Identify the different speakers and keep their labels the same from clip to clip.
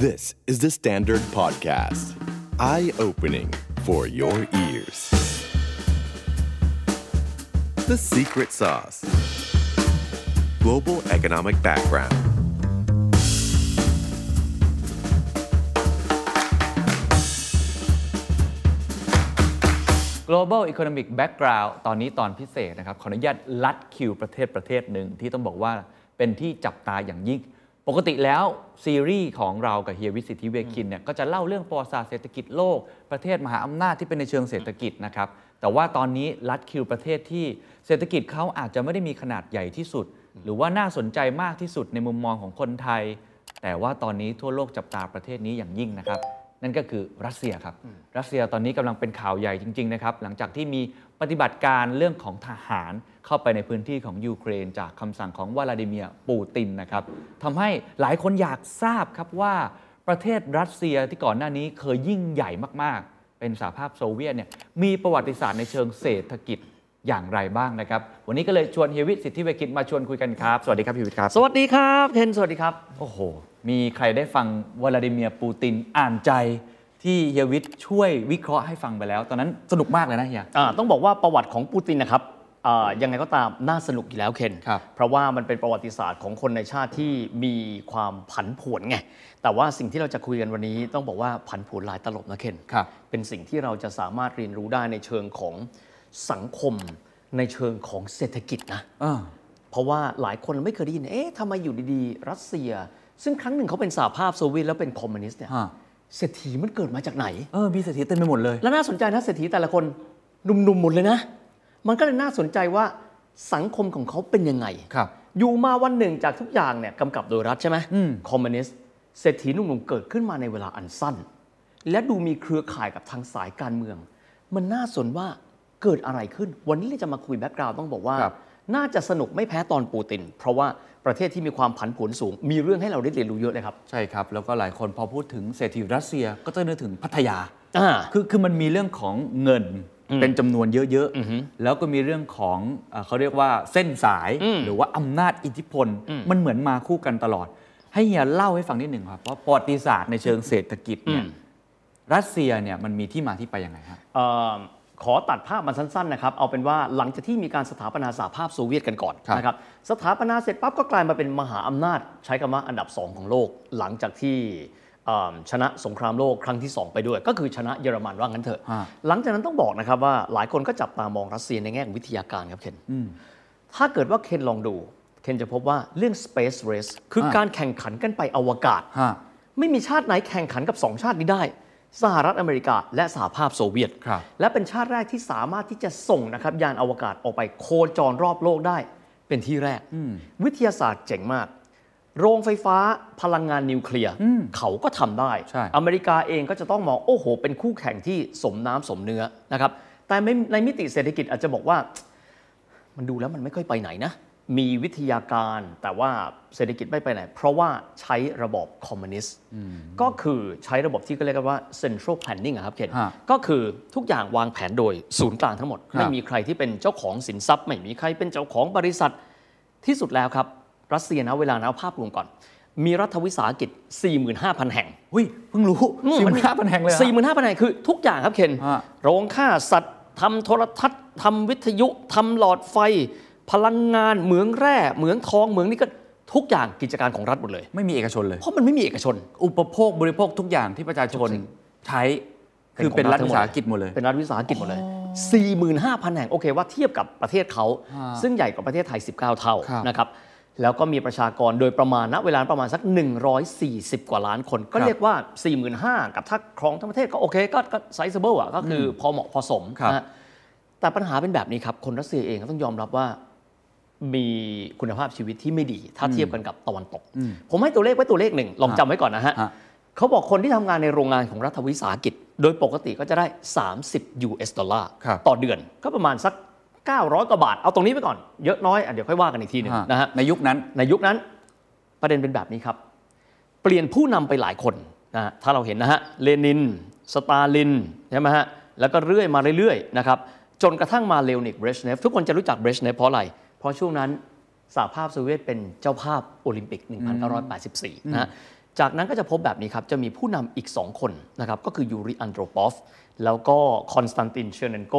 Speaker 1: This is the Standard Podcast. Eye-opening for your ears. The Secret Sauce. Global Economic Background.
Speaker 2: Global Economic Background ตอนนี้ตอนพิเศษนะครับขออนุญาตลัดคิวประเทศหนึ่งที่ต้องบอกว่าเป็นที่จับตาอย่างยิ่งปกติแล้วซีรีส์ของเรากับเฮียวิสิทธิเวคินเนี่ยก็จะเล่าเรื่องประวัติศาสตร์เศรษฐกิจโลกประเทศมหาอำนาจที่เป็นในเชิงเศรษฐกิจนะครับแต่ว่าตอนนี้ลัดคิวประเทศที่เศรษฐกิจเขาอาจจะไม่ได้มีขนาดใหญ่ที่สุดหรือว่าน่าสนใจมากที่สุดในมุมมองของคนไทยแต่ว่าตอนนี้ทั่วโลกจับตาประเทศนี้อย่างยิ่งนะครับนั่นก็คือรัสเซียครับรัสเซียตอนนี้กำลังเป็นข่าวใหญ่จริงๆนะครับหลังจากที่มีปฏิบัติการเรื่องของทหารเข้าไปในพื้นที่ของยูเครนจากคำสั่งของวลาดิเมียร์ปูตินนะครับทำให้หลายคนอยากทราบครับว่าประเทศรัสเซียที่ก่อนหน้านี้เคยยิ่งใหญ่มากๆเป็นสหภาพโซเวียตเนี่ยมีประวัติศาสตร์ในเชิงเศรษฐกิจอย่างไรบ้างนะครับวันนี้ก็เลยชวนเฮียวิสิทธิเวคินมาชวนคุยกันครับสวัสดีครับเฮียวิทย์ครับ
Speaker 3: สวัสดีครับเคนสวัสดีครับ
Speaker 2: โอ้โหมีใครได้ฟังวลาดิเมียร์ปูตินอ่านใจที่เฮียวิทย์ช่วยวิเคราะห์ให้ฟังไปแล้วตอนนั้นสนุกมากเลยนะเฮีย
Speaker 3: ต้องบอกว่าประวัติของปูตินนะครับยังไงก็ตามน่าสนุกอยู่แล้วเคนเพราะว่ามันเป็นประวัติศาสตร์ของคนในชาติที่มีความผันผวนไงแต่ว่าสิ่งที่เราจะคุยกันวันนี้ต้องบอกว่าผันผวนหลายตลบนะเคนเป็นสิ่งที่เราจะสามารถเรียนรู้ได้ในเชิงของสังคมในเชิงของเศรษฐกิจนะเพราะว่าหลายคนไม่เคยได้ยินทำไมอยู่ดีๆรัสเซียซึ่งครั้งหนึ่งเขาเป็นสหภาพโซเวียตแล้วเป็นคอมมิวนิสต์เนี่ยเศรษฐีมันเกิดมาจากไหน
Speaker 2: มีเศรษฐีเต็มไปหมดเลย
Speaker 3: แล้วน่าสนใจนะเศรษฐีแต่ละคนหนุ่มๆหมดเลยนะมันก็เลยน่าสนใจว่าสังคมของเขาเป็นยังไงอยู่มาวันหนึ่งจากทุกอย่างเนี่ยกำกับโดยรัฐใช่ไหมคอมมิวนิสต์เศรษฐีหนุ่มๆเกิดขึ้นมาในเวลาอันสั้นและดูมีเครือข่ายกับทางสายการเมืองมันน่าสนว่าเกิดอะไรขึ้นวันนี้เราจะมาคุยแบ็กกราวด์ต้องบอกว่าน่าจะสนุกไม่แพ้ตอนปูตินเพราะว่าประเทศที่มีความผันผวนสูงมีเรื่องให้เราได้เรียนรู้เยอะเลยครับ
Speaker 2: ใช่ครับแล้วก็หลายคนพอพูดถึงเศรษฐีรัสเซียก็จะนึกถึงพัทยาคือมันมีเรื่องของเงินเป็นจำนวนเยอะๆแล้วก็มีเรื่องของเขาเรียกว่าเส้นสายหรือว่าอำนาจอิทธิพลมันเหมือนมาคู่กันตลอดให้เฮียเล่าให้ฟังนิดหนึ่งครับว่าประวัติศาสตร์ในเชิงเศรษฐกิจเนี่ยรัสเซียเนี่ยมันมีที่มาที่ไปยังไงครับ
Speaker 3: ขอตัดภาพมันสั้นๆนะครับเอาเป็นว่าหลังจากที่มีการสถาปนาสหภาพโซเวียตกันก่อนนะครับสถาปนาเสร็จปั๊บก็กลายมาเป็นมหาอำนาจใช้คำว่าอันดับ2ของโลกหลังจากที่ชนะสงครามโลกครั้งที่2ไปด้วยก็คือชนะเยอรมันว่างั้นเถอะหลังจากนั้นต้องบอกนะครับว่าหลายคนก็จับตามองรัสเซียในแง่ของวิทยาการครับเคนถ้าเกิดว่าเคนลองดูเคนจะพบว่าเรื่อง space race คือการแข่งขันกันไปอวกาศไม่มีชาติไหนแข่งขันกับ2ชาตินี้ได้สหรัฐอเมริกาและสหภาพโซเวียตและเป็นชาติแรกที่สามารถที่จะส่งนะครับยานอวกาศออกไปโคจรรอบโลกได้เป็นที่แรกวิทยาศาสตร์เจ๋งมากโรงไฟฟ้าพลังงานนิวเคลียร์เขาก็ทำได้อเมริกาเองก็จะต้องมองโอ้โหเป็นคู่แข่งที่สมน้ำสมเนื้อนะครับแต่ในมิติเศรษฐกิจอาจจะบอกว่ามันดูแล้วมันไม่ค่อยไปไหนนะมีวิทยาการแต่ว่าเศรษฐกิจไม่ไปไหนเพราะว่าใช้ระบบคอมมิวนิสต์ก็คือใช้ระบบที่ก็เรียกว่า central planning ครับเคนก็คือทุกอย่างวางแผนโดยศูนย์กลางทั้งหมดไม่มีใครที่เป็นเจ้าของสินทรัพย์ไม่มีใครเป็นเจ้าของบริษัทที่สุดแล้วครับรัสเซียนะเวลานะภาพรวมก่อนมีรัฐวิสาหกิจ 45,000 แห่ง
Speaker 2: เพิ่งรู้ 45,000 แห่งเลย
Speaker 3: 45,000 แห่งคือทุกอย่างครับเคนโรงฆ่าสัตว์ทำโทรทัศน์ทำวิทยุทำหลอดไฟพลังงานเหมืองแร่เหมืองทองเหมืองนี่ก็ทุกอย่างกิจการของรัฐหมดเลย
Speaker 2: ไม่มีเอกชนเลย
Speaker 3: เพราะมันไม่มีเอกชน
Speaker 2: อุปโภคบริโภคทุกอย่างที่ประชาชนใช้คือเป็นรัฐวิสาหกิจหมดเลย
Speaker 3: เป็นรัฐวิสาหกิจหมดเลย 45,000 แห่งโอเคว่าเทียบกับประเทศเขาซึ่งใหญ่กว่าประเทศไทย19เท่านะครับแล้วก็มีประชากรโดยประมาณณเวลาประมาณสัก140กว่าล้านคนก็เรียกว่า 45,000 กับถ้าครองทั้งประเทศก็โอเคก็ไซซ์เบิลก็คือพอเหมาะพอสมนะแต่ปัญหาเป็นแบบนี้ครับคนรัสเซียเองก็ต้องยอมรับว่ามีคุณภาพชีวิตที่ไม่ดีถ้าเทียบกันกับตะวันตกผมให้ตัวเลขไว้ตัวเลขหนึ่งลองจำไว้ก่อนนะฮะเขาบอกคนที่ทำงานในโรงงานของรัฐวิสาหกิจโดยปกติก็จะได้30 US ดอลลาร์ต่อเดือนก็ประมาณสัก900กว่าบาทเอาตรงนี้ไปก่อนเยอะน้อยเดี๋ยวค่อยว่ากันอีกทีนึงนะฮะ
Speaker 2: ในยุคนั้น
Speaker 3: ประเด็นเป็นแบบนี้ครับเปลี่ยนผู้นำไปหลายคนนะถ้าเราเห็นนะฮะเลนินสตาลินใช่ไหมฮะแล้วก็เรื่อยมาเรื่อยๆนะครับจนกระทั่งมาเลโอนิด เบรชเนฟทุกคนจะรู้จักเบรชเนฟเพราะอะไรเพราะช่วงนั้นสหภาพโซเวียตเป็นเจ้าภาพโอลิมปิก 1984 นะฮะจากนั้นก็จะพบแบบนี้ครับจะมีผู้นำอีก2คนนะครับก็คือยูริอันโดรปอฟแล้วก็คอนสแตนตินเชอร์เนนโก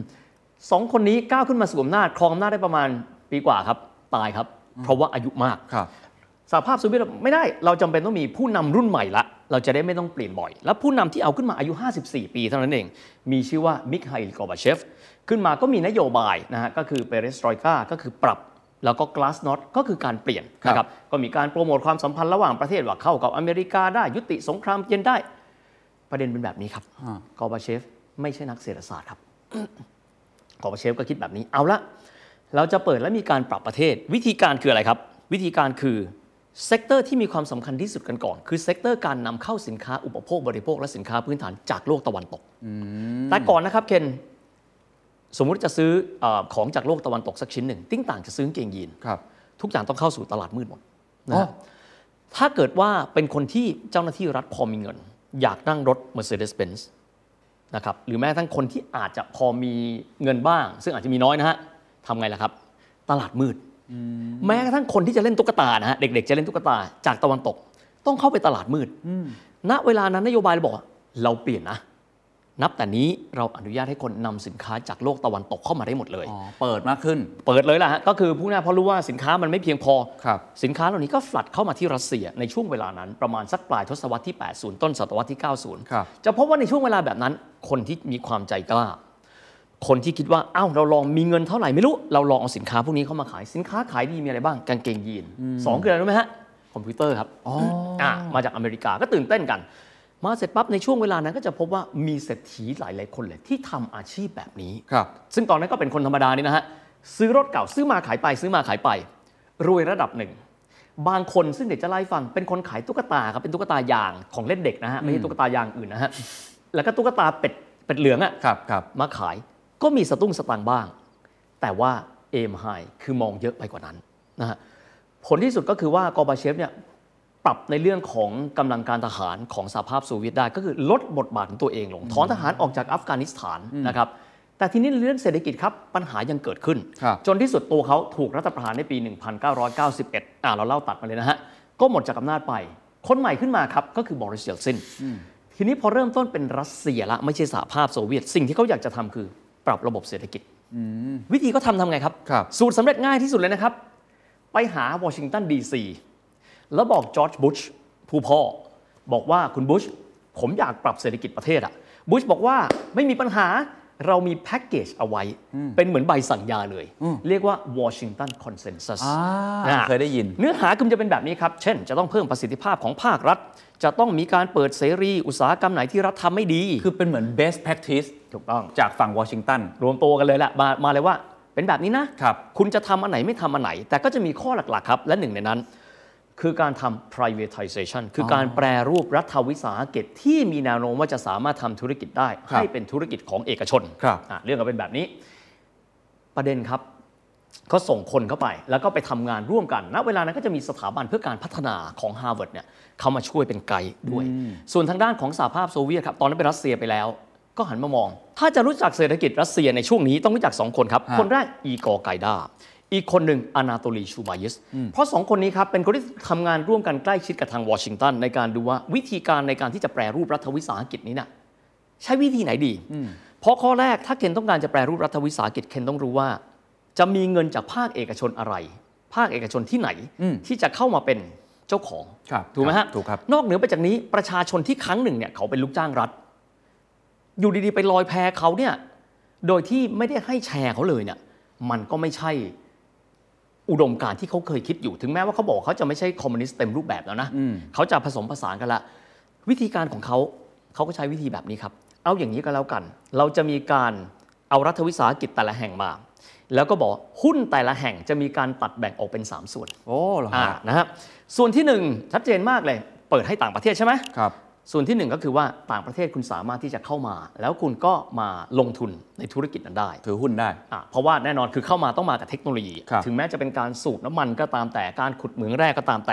Speaker 3: 2 คนนี้ก้าวขึ้นมาสู่อำนาจครองอำนาจได้ประมาณปีกว่าครับตายครับเพราะว่าอายุมากสหภาพโซเวียตไม่ได้เราจำเป็นต้องมีผู้นำรุ่นใหม่ละเราจะได้ไม่ต้องเปลี่ยนบ่อยแล้วผู้นำที่เอาขึ้นมาอายุ54ปีเท่านั้นเองมีชื่อว่ามิคาอิล กอร์บาเชฟขึ้นมาก็มีนโยบายนะฮะก็คือเปเรสตรอยกาก็คือปรับแล้วก็กลาสน็อตก็คือการเปลี่ยนนะครับก็มีการโปรโมทความสัมพันธ์ระหว่างประเทศว่าเข้ากับอเมริกาได้ยุติสงครามเย็นได้ประเด็นเป็นแบบนี้ครับกอร์บาเชฟไม่ใช่นักเศรษฐศาสตร์ครับ กอร์บาเชฟก็คิดแบบนี้เอาละเราจะเปิดและมีการปรับประเทศวิธีการคืออะไรครับวิธีการคือเซกเตอร์ที่มีความสำคัญที่สุดกันก่อนคือเซกเตอร์การนำเข้าสินค้าอุปโภคบริโภคและสินค้าพื้นฐานจากโลกตะวันตกแต่ก่อนนะครับเคนสมมุติจะซื้อของจากโลกตะวันตกสักชิ้นหนึ่งติ้งต่างจะซื้อกางเกงยีนทุกอย่างต้องเข้าสู่ตลาดมืดหมดนะถ้าเกิดว่าเป็นคนที่เจ้าหน้าที่รัฐพอมีเงินอยากนั่งรถ Mercedes-Benz นะครับหรือแม้ทั้งคนที่อาจจะพอมีเงินบ้างซึ่งอาจจะมีน้อยนะฮะทำไงล่ะครับตลาดมืดแม้กระทั่งคนที่จะเล่นตุ๊กตานะฮะเด็กๆจะเล่นตุ๊กตาจากตะวันตกต้องเข้าไปตลาดมืดณเวลานั้นนโยบายเราบอกเราเปลี่ยนนะนับแต่นี้เราอนุญาตให้คนนำสินค้าจากโลกตะวันตกเข้ามาได้หมดเลย
Speaker 2: เปิดมากขึ้น
Speaker 3: เปิดเลยล่ะฮะก็คือพูดง่ายเพราะรู้ว่าสินค้ามันไม่เพียงพอสินค้าเหล่านี้ก็ฟลัดเข้ามาที่รัสเซียในช่วงเวลานั้นประมาณสักปลายทศวรรษที่80ต้นศตวรรษที่90จะพบว่าในช่วงเวลาแบบนั้นคนที่มีความใจกล้าคนที่คิดว่าอ้าวเราลองมีเงินเท่าไหร่ไม่รู้เราลองเอาสินค้าพวกนี้เข้ามาขายสินค้าขายดีมีอะไรบ้างกางเกงยีน2คืออะไรรู้ไหมฮะคอมพิวเตอร์ครับมาจากอเมริกาก็ตื่นเต้นกันมาเสร็จปั๊บในช่วงเวลานั้นก็จะพบว่ามีเศรษฐีหลายๆคนเลยที่ทำอาชีพแบบนี้ซึ่งตอนนั้นก็เป็นคนธรรมดานี่นะฮะซื้อรถเก่าซื้อมาขายไปซื้อมาขายไปรวยระดับหนึ่งบางคนซึ่งเดี๋ยวจะไล่ฟังเป็นคนขายตุ๊กตาครับเป็นตุ๊กตายางของเล่นเด็กนะฮะไม่ใช่ตุ๊กตายางอื่นนะฮะแล้วก็ตุ๊กตาเป็ดเหลืองอ่ะมาขายก็มีสตุ้งสตางค์บ้างแต่ว่าเอมไฮคือมองเยอะไปกว่านั้นนะฮะผลที่สุดก็คือว่ากอร์บาเชฟเนี่ยปรับในเรื่องของกำลังการทหารของสหภาพโซเวียตได้ก็คือลดบทบาทของตัวเองลงถอนทหารออกจากอัฟกานิสถานนะครับแต่ทีนี้ในเรื่องเศรษฐกิจครับปัญหายังเกิดขึ้นจนที่สุดตัวเขาถูกรัฐประหารในปี 1991เราเล่าตัดมาเลยนะฮะก็หมดจากอำนาจไปคนใหม่ขึ้นมาครับก็คือบอริส เยลซินทีนี้พอเริ่มต้นเป็นรัสเซียละไม่ใช่สหภาพโซเวียตสิ่งที่เขาอยากจะทำคือปรับระบบเศรษฐกิจวิธีก็ทำไงครับสูตรสำเร็จง่ายที่สุดเลยนะครับไปหาวอชิงตันดีซีแล้วบอกจอร์จบุชผู้พ่อบอกว่าคุณบุชผมอยากปรับเศรษฐกิจประเทศบุชบอกว่าไม่มีปัญหาเรามีแพ็กเกจเอาไว้เป็นเหมือนใบสั่งยาเลยเรียกว่า Washington Consensus
Speaker 2: เคยได้ยิน
Speaker 3: เนื้อหาคือจะเป็นแบบนี้ครับเช่นจะต้องเพิ่มประสิทธิภาพของภาครัฐจะต้องมีการเปิดเสรีอุตสาหกรรมไหนที่รัฐทำไม่ดี
Speaker 2: คือเป็นเหมือน best practice
Speaker 3: ถูกต้อง
Speaker 2: จากฝั่งวอชิงตัน
Speaker 3: รวมตัวกันเลยแหละมาเลยว่าเป็นแบบนี้นะคุณจะทำอันไหนไม่ทำอันไหนแต่ก็จะมีข้อหลักๆครับและหนึ่งในนั้นคือการทำ privatization คือการแปรรูปรัฐวิสาหกิจที่มีแนวโน้มว่าจะสามารถทำธุรกิจได้ให้เป็นธุรกิจของเอกชนเรื่องก็เป็นแบบนี้ประเด็นครับก็ส่งคนเข้าไปแล้วก็ไปทำงานร่วมกันณเวลานั้นก็จะมีสถาบันเพื่อการพัฒนาของ Harvard เนี่ยเข้ามาช่วยเป็นไกด์ด้วยส่วนทางด้านของสหภาพโซเวียตครับตอนนั้นเป็นรัสเซียไปแล้วก็หันมามองถ้าจะรู้จักเศรษฐกิจรัสเซียในช่วงนี้ต้องรู้จัก2คนครับคนแรกอีกอร์ไกดาอีกคนหนึ่งอนาโตลีชูบายิสเพราะ2คนนี้ครับเป็นคนที่ทำงานร่วมกันใกล้ชิดกับทางวอชิงตันในการดูว่าวิธีการในการที่จะแปรรูปรัฐวิสาหกิจนี้นะใช้วิธีไหนดีเพราะข้อแรกถ้าเคนต้องการจะแปรรูปรัฐวิสาหกิจเคนต้องรู้ว่าจะมีเงินจากภาคเอกชนอะไรภาคเอกชนที่ไหนที่จะเข้ามาเป็นเจ้าของถูกไหมฮะ
Speaker 2: ถูกครับ
Speaker 3: นอกเหนือไปจากนี้ประชาชนที่ครั้งหนึ่งเนี่ยเขาเป็นลูกจ้างรัฐอยู่ดีๆไปลอยแพเขาเนี่ยโดยที่ไม่ได้ให้แชร์เขาเลยเนี่ยมันก็ไม่ใช่อุดมการณ์ที่เขาเคยคิดอยู่ถึงแม้ว่าเขาบอกเขาจะไม่ใช่คอมมิวนิสต์เต็มรูปแบบแล้วนะเขาจะผสมผสานกันละวิธีการของเขาก็ใช้วิธีแบบนี้ครับเอาอย่างนี้ก็แล้วกันเราจะมีการเอารัฐวิสาหกิจแต่ละแห่งมาแล้วก็บอกหุ้นแต่ละแห่งจะมีการตัดแบ่งออกเป็น3ส่วน
Speaker 2: โอ้เหรอ
Speaker 3: นะครับส่วนที่1ชัดเจนมากเลยเปิดให้ต่างประเทศใช่ไหม
Speaker 2: ครับ
Speaker 3: ส่วนที่1ก็คือว่าต่างประเทศคุณสามารถที่จะเข้ามาแล้วคุณก็มาลงทุนในธุรกิจนั้นได้
Speaker 2: ถือหุ้นได้
Speaker 3: เพราะว่าแน่นอนคือเข้ามาต้องมากับเทคโนโลยีถึงแม้จะเป็นการสูบน้ำมันก็ตามแต่การขุดเหมืองแร่ก็ตามแต่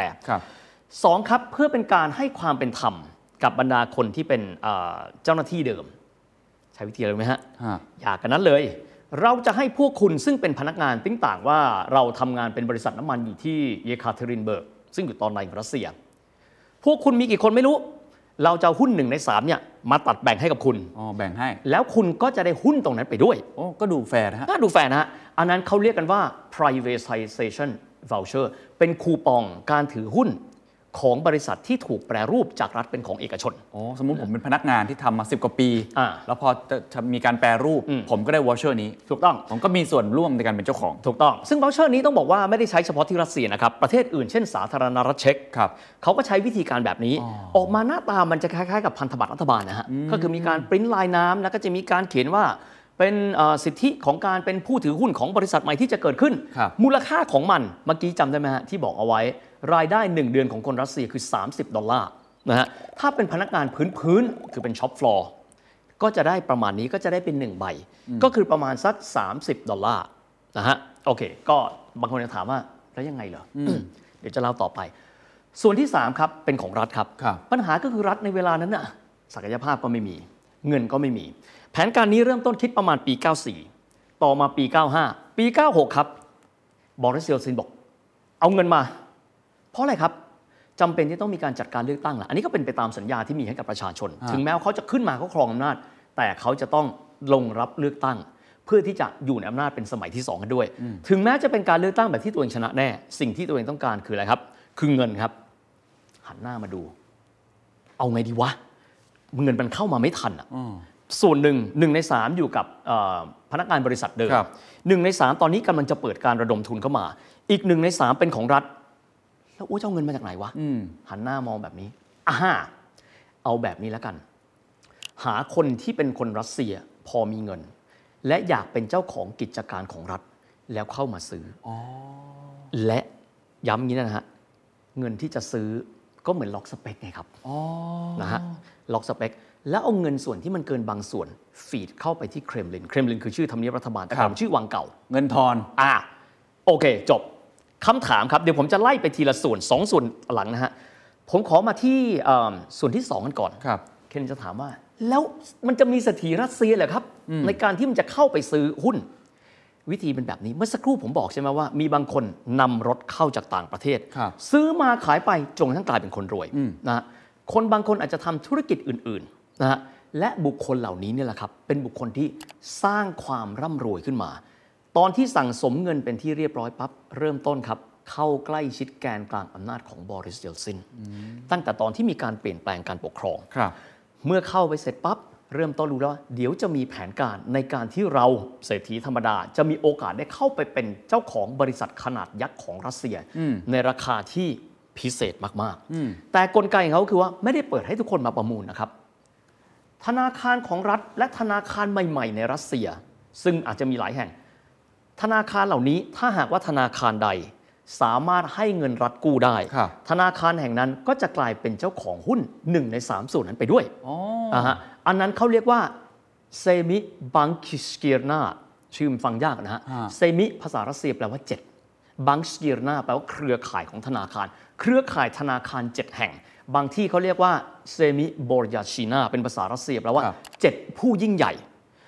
Speaker 3: 2ครับเพื่อเป็นการให้ความเป็นธรรมกับบรรดาคนที่เป็นเจ้าหน้าที่เดิมใช้วิธีอะไรไหมฮะอยากกันนั้นเลยเราจะให้พวกคุณซึ่งเป็นพนักงานติ้งต่างว่าเราทำงานเป็นบริษัทน้ำมันอยู่ที่เยคาเทรินเบิร์กซึ่งอยู่ตอนในของรัสเซียพวกคุณมีกี่คนไม่รู้เราจะหุ้น1 ใน 3เนี่ยมาตัดแบ่งให้กับคุณ
Speaker 2: แบ่งให้
Speaker 3: แล้วคุณก็จะได้หุ้นตรงนั้นไปด้วย
Speaker 2: ก็ดูแฟร์นะฮะ
Speaker 3: ดูแฟร์นะฮะอันนั้นเขาเรียกกันว่า privatization voucher เป็นคูปองการถือหุ้นของบริษัทที่ถูกแปรรูปจากรัฐเป็นของเอกชน
Speaker 2: สมมุติผมเป็นพนักงานที่ทำมา10 กว่าปีแล้วพอจะมีการแปรรูปผมก็ได้วอเชอร์นี้
Speaker 3: ถูกต้อง
Speaker 2: ผมก็มีส่วนร่วมในการเป็นเจ้าของ
Speaker 3: ถูกต้องซึ่งวอเชอร์นี้ต้องบอกว่าไม่ได้ใช้เฉพาะที่รัสเซียนะครับประเทศอื่นเช่นสาธารณรัฐเช็กเขาก็ใช้วิธีการแบบนี้ออกมาหน้าตามันจะคล้ายๆกับพันธบัตรรัฐบาลนะฮะก็คือมีการปริ้นลายน้ำแล้วก็จะมีการเขียนว่าเป็นสิทธิของการเป็นผู้ถือหุ้นของบริษัทใหม่ที่จะเกิดขึ้นมูลค่าของมันเมื่อกี้จำได้ไหมฮะที่บอกเอาไว้รายได้1 เดือนของคนรัสเซียคือ$30นะฮะถ้าเป็นพนักงานพื้นคือเป็นช็อปฟลอร์ก็จะได้ประมาณนี้ก็จะได้เป็น1 ใบก็คือประมาณสัก$30นะฮะโอเคก็บางคนจะถามว่าแล้วยังไงเหรอเดี๋ยวจะเล่าต่อไปส่วนที่3ครับเป็นของรัฐครับปัญหาก็คือรัฐในเวลานั้นน่ะศักยภาพก็ไม่มีเงินก็ไม่มีแผนการนี้เริ่มต้นคิดประมาณปี94ต่อมาปี95ปี96ครับบอริส เยลซินบอกเอาเงินมาเพราะอะไรครับจำเป็นที่ต้องมีการจัดการเลือกตั้งแหละอันนี้ก็เป็นไปตามสัญญาที่มีให้กับประชาชนถึงแม้ว่าเขาจะขึ้นมาเขาครองอำนาจแต่เขาจะต้องลงรับเลือกตั้งเพื่อที่จะอยู่ในอำนาจเป็นสมัยที่2กันด้วยถึงแม้จะเป็นการเลือกตั้งแบบที่ตัวเองชนะแน่สิ่งที่ตัวเองต้องการคืออะไรครับคือเงินครับหันหน้ามาดูเอาไงดีวะเงินมันเข้ามาไม่ทันอ่ะส่วน1 ใน 3อยู่กับพนักงานบริษัทเดิม1 ใน 3ตอนนี้กำลังจะเปิดการระดมทุนเข้ามาอีก1 ใน 3เป็นของรัฐแล้วจะเอาเงินมาจากไหนวะหันหน้ามองแบบนี้เอาแบบนี้แล้วกันหาคนที่เป็นคนรัสเซียพอมีเงินและอยากเป็นเจ้าของกิจการของรัฐแล้วเข้ามาซื้อและย้ำอย่างนี้นะฮะเงินที่จะซื้อก็เหมือนล็อกสเปคไงครับนะฮะล็อกสเปคแล้วเอาเงินส่วนที่มันเกินบางส่วนฟีดเข้าไปที่เครมลินคือชื่อทำเนียบรัฐบาลแต่ก่อนชื่อวังเก่า
Speaker 2: เงินทอน
Speaker 3: โอเคจบคำถามครับเดี๋ยวผมจะไล่ไปทีละส่วน2 ส่วนหลังนะฮะผมขอมาที่ส่วนที่2กันก่อนเคนจะถามว่าแล้วมันจะมีเศรษฐีรัสเซียเหรอครับในการที่มันจะเข้าไปซื้อหุ้นวิธีเป็นแบบนี้เมื่อสักครู่ผมบอกใช่ไหมว่ามีบางคนนำรถเข้าจากต่างประเทศซื้อมาขายไปจนกระทั่งกลายเป็นคนรวยนะคนบางคนอาจจะทำธุรกิจอื่นๆนะฮะและบุคคลเหล่านี้เนี่ยแหละครับเป็นบุคคลที่สร้างความร่ำรวยขึ้นมาตอนที่สั่งสมเงินเป็นที่เรียบร้อยปั๊บเริ่มต้นครับเข้าใกล้ชิดแกนกลางอำนาจของบอริส เยลซินตั้งแต่ตอนที่มีการเปลี่ยนแปลงการปกครองเมื่อเข้าไปเสร็จปั๊บเริ่มต้นรู้แล้วว่าเดี๋ยวจะมีแผนการในการที่เราเศรษฐีธรรมดาจะมีโอกาสได้เข้าไปเป็นเจ้าของบริษัทขนาดยักษ์ของรัสเซียในราคาที่พิเศษมากๆแต่กลไกของเขาคือว่าไม่ได้เปิดให้ทุกคนมาประมูลนะครับธนาคารของรัฐและธนาคารใหม่ๆในรัสเซียซึ่งอาจจะมีหลายแห่งธนาคารเหล่านี้ถ้าหากว่าธนาคารใดสามารถให้เงินรัฐกู้ได้ธนาคารแห่งนั้นก็จะกลายเป็นเจ้าของหุ้น1 ใน 3ส่วนนั้นไปด้วยอันนั้นเขาเรียกว่าเซมิบังคิสเกียร์นาชื่อมันฟังยากนะฮะเซมิภาษารัสเซียแปลว่า7บังสเกียร์นาแปลว่าเครือข่ายของธนาคารเครือข่ายธนาคาร7 แห่งบางที่เขาเรียกว่าเซมิบอร์ยาชินาเป็นภาษารัสเซียแปลว่า7 ผู้ยิ่งใหญ่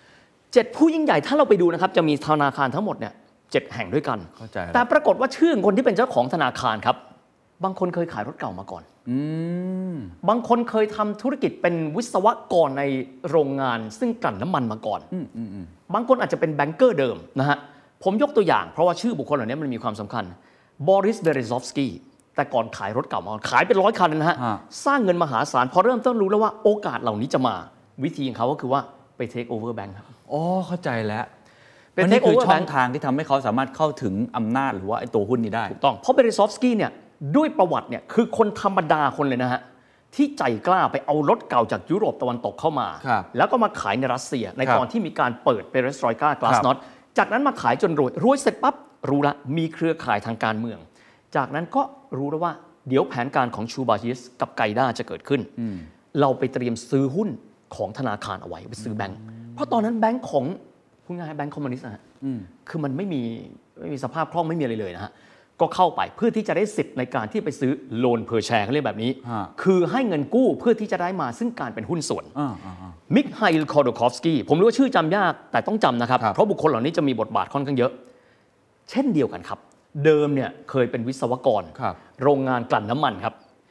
Speaker 3: 7 ผู้ยิ่งใหญ่ถ้าเราไปดูนะครับจะมีธนาคารทั้งหมดเนี่ย7 แห่งด้วยกันแต่ปรากฏว่าชื่อคนที่เป็นเจ้าของธนาคารครับบางคนเคยขายรถเก่ามาก่อนบางคนเคยทำธุรกิจเป็นวิศวกรในโรงงานซึ่งกลั่นน้ำมันมาก่อนบางคนอาจจะเป็นแบงเกอร์เดิมนะฮะผมยกตัวอย่างเพราะว่าชื่อบุคคลเหล่านี้มันมีความสำคัญบอริส เบเรซอฟสกี้แต่ก่อนขายรถเก่ามาขายเป็น100 คันนะฮะสร้างเงินมหาศาลพอเริ่มต้นรู้แล้วว่าโอกาสเหล่านี้จะมาวิธีของเขาก็คือว่าไปเทคโอเวอร์แบงค์ครับ
Speaker 2: เข้าใจแล้วนี่คือช่องทางที่ทำให้เขาสามารถเข้าถึงอำนาจหรือว่าไอ้ตัวหุ้นนี้ได้
Speaker 3: ถูกต้องเพราะเบเรซอฟสกี้เนี่ยด้วยประวัติเนี่ยคือคนธรรมดาคนเลยนะฮะที่ใจกล้าไปเอารถเก่าจากยุโรปตะวันตกเข้ามาแล้วก็มาขายในรัสเซียในตอนที่มีการเปิดเปเรสตรอยกากลาสน็อตจากนั้นมาขายจนรวยเสร็จปั๊บรู้ละมีเครือข่ายทางการเมืองจากนั้นก็รู้แล้วว่าเดี๋ยวแผนการของชูบาชิสกับไกด้าจะเกิดขึ้นเราไปเตรียมซื้อหุ้นของธนาคารเอาไว้ไปซื้อแบงก์เพราะตอนนั้นแบงก์ของพูดง่ายๆแบงก์คอมมิวนิสต์นะฮะคือมันไม่มีสภาพคล่องไม่มีอะไรเลยนะฮะก็เข้าไปเพื่อที่จะได้สิทธิ์ในการที่ไปซื้อโลนเพอร์แชร์เขาเรียกแบบนี้คือให้เงินกู้เพื่อที่จะได้มาซึ่งการเป็นหุ้นส่วนมิคไฮล คอร์ดคอฟสกี้ผมรู้ว่าชื่อจำยากแต่ต้องจำนะครับเพราะบุคคลเหล่านี้จะมีบทบาทค่อนข้างเยอะเช่นเดียวกันครับเดิมเนี่ยเคยเป็นวิศวกรโรงงานกลั่นน้ำมันครับ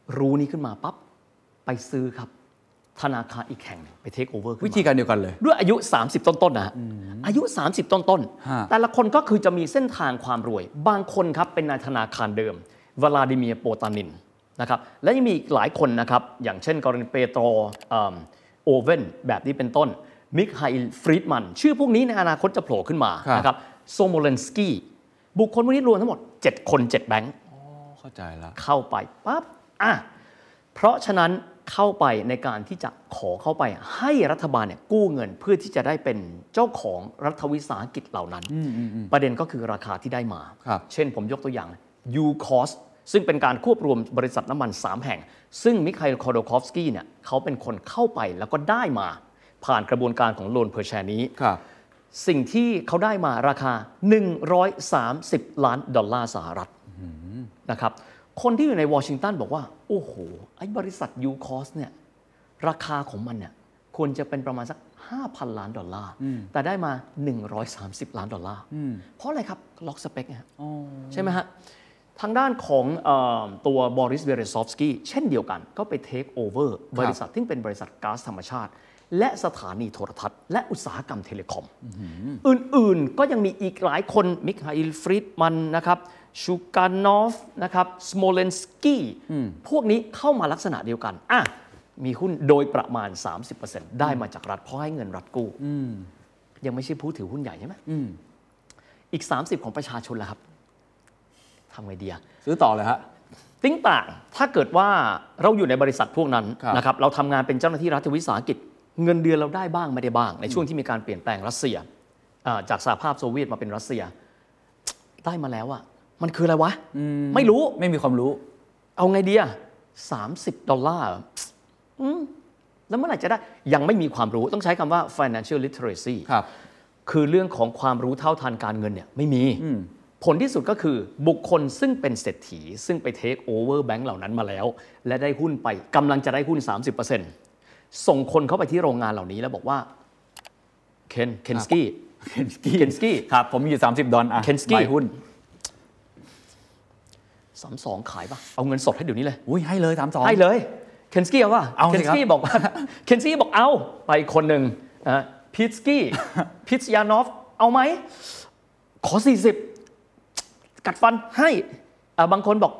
Speaker 3: รู้นี้ขึ้นมาปั๊บไปซื้อครับธนาคารอีกแห่งหนึ่งไปเทคโอเวอร์
Speaker 2: วิธีการเดียวกันเลย
Speaker 3: ด้วยอายุ30ต้นๆนะฮะอายุ30ต้นๆแต่ละคนก็คือจะมีเส้นทางความรวยบางคนครับเป็นนายธนาคารเดิมวลาดิเมียร์โปตานินนะครับและยังมีอีกหลายคนนะครับอย่างเช่นกรณีเปโตรโอเว่นแบบนี้เป็นต้นมิคาอิลฟรีดมันชื่อพวกนี้ในอนาคตจะโผล่ขึ้นมานะครับโซโมเลนสกี้บุคคลพวกนี้รวมทั้งหมด7คน7แบงค์
Speaker 2: เข้าใจแล้ว
Speaker 3: เข้าไปปั๊บเพราะฉะนั้นเข้าไปในการที่จะขอเข้าไปให้รัฐบาลเนี่ยกู้เงินเพื่อที่จะได้เป็นเจ้าของรัฐวิสาหกิจเหล่านั้นประเด็นก็คือราคาที่ได้มาเช่นผมยกตัวอย่างUCOS ซึ่งเป็นการควบรวมบริษัทน้ำมัน3แห่งซึ่งมิคาอิลคอโดคอฟสกี้เนี่ยเขาเป็นคนเข้าไปแล้วก็ได้มาผ่านกระบวนการของโลนเพอร์แชร์นี้สิ่งที่เขาได้มาราคา$130 ล้านสหรัฐนะครับคนที่อยู่ในวอชิงตันบอกว่าโอ้โหไอ้บริษัท UCOS เนี่ยราคาของมันเนี่ยควรจะเป็นประมาณสัก$5,000 ล้านแต่ได้มา$130 ล้านเพราะอะไรครับล็อกสเปคใช่ไหมฮะทางด้านของตัวบอริสเบเรซอฟสกี้เช่นเดียวกันก็ไปเทคโอเวอร์บริษัทที่เป็นบริษัทก๊าซธรรมชาติและสถานีโทรทัศน์และอุตสาหกรรมเทเลคอมอื่นๆก็ยังมีอีกหลายคนมิคาอิลฟรีดมันนะครับชูกานอฟนะครับสโมเลนสกี้พวกนี้เข้ามาลักษณะเดียวกันมีหุ้นโดยประมาณ 30% ได้มาจากรัฐเพราะให้เงินรัฐกู้ยังไม่ใช่ผู้ถือหุ้นใหญ่ใช่ไหมอีก30ของประชาชนล่ะครับทำไงดี
Speaker 2: ซื้อต่อเลยฮะ
Speaker 3: ติ้งต่างถ้าเกิดว่าเราอยู่ในบริษัทพวกนั้นนะครับเราทำงานเป็นเจ้าหน้าที่รัฐวิสาหกิจเงินเดือนเราได้บ้างไม่ได้บ้างในช่วงที่มีการเปลี่ยนแปลงรัสเซียจากสหภาพโซเวียตมาเป็นรัสเซียได้มาแล้วมันคืออะไรวะไม่รู้
Speaker 2: ไม่มีความรู้
Speaker 3: เอาไงดี$30แล้วเมื่อไหร่จะได้ยังไม่มีความรู้ต้องใช้คำว่า financial literacy คือเรื่องของความรู้เท่าทันการเงินเนี่ยไม่มีผลที่สุดก็คือบุคคลซึ่งเป็นเศรษฐีซึ่งไปเทคโอเวอร์แบงก์เหล่านั้นมาแล้วและได้หุ้นไปกำลังจะได้หุ้น 30% ส่งคนเข้าไปที่โรงงานเหล่านี้แล้วบอกว่าเคนสกี้
Speaker 2: ครับผมมีอยู่$30
Speaker 3: เคนสกี้หุ้น32ขายป่ะเอาเงินสดให้เดี๋ยวนี้เลย
Speaker 2: อุ้ยให้เลย32
Speaker 3: ให้เลยเคนสกี้เอาป่ะเคนสกี้บอกว่าเคนสกี้บอกเอาไปคนหนึ่งพิตยานอฟเอาไหมขอ40กัดฟันให้บางคนบอก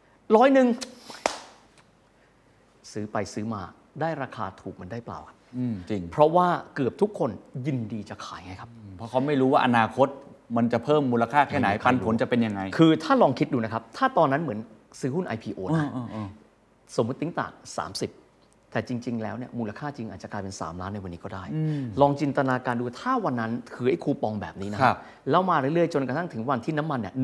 Speaker 3: 100ซื้อไปซื้อมาได้ราคาถูกมันได้เปล่าครับ
Speaker 2: จริง
Speaker 3: เพราะว่าเกือบทุกคนยินดีจะขายไงครับ
Speaker 2: เพราะเขาไม่รู้ว่าอนาคตมันจะเพิ่มมูลค่าแค่ไหนปันผลจะเป็นยังไง
Speaker 3: คือถ้าลองคิดดูนะครับถ้าตอนนั้นเหมือนซื้อหุ้น IPO นะสมมติติ้งต่าง30แต่จริงๆแล้วเนี่ยมูลค่าจริงอาจจะกลายเป็น3ล้านในวันนี้ก็ได้ลองจินตนาการดูถ้าวันนั้นถือไอ้คูปองแบบนี้นะครับแล้วมาเรื่อยๆจนกระทั่งถึงวันที่น้ำมันเนี่ย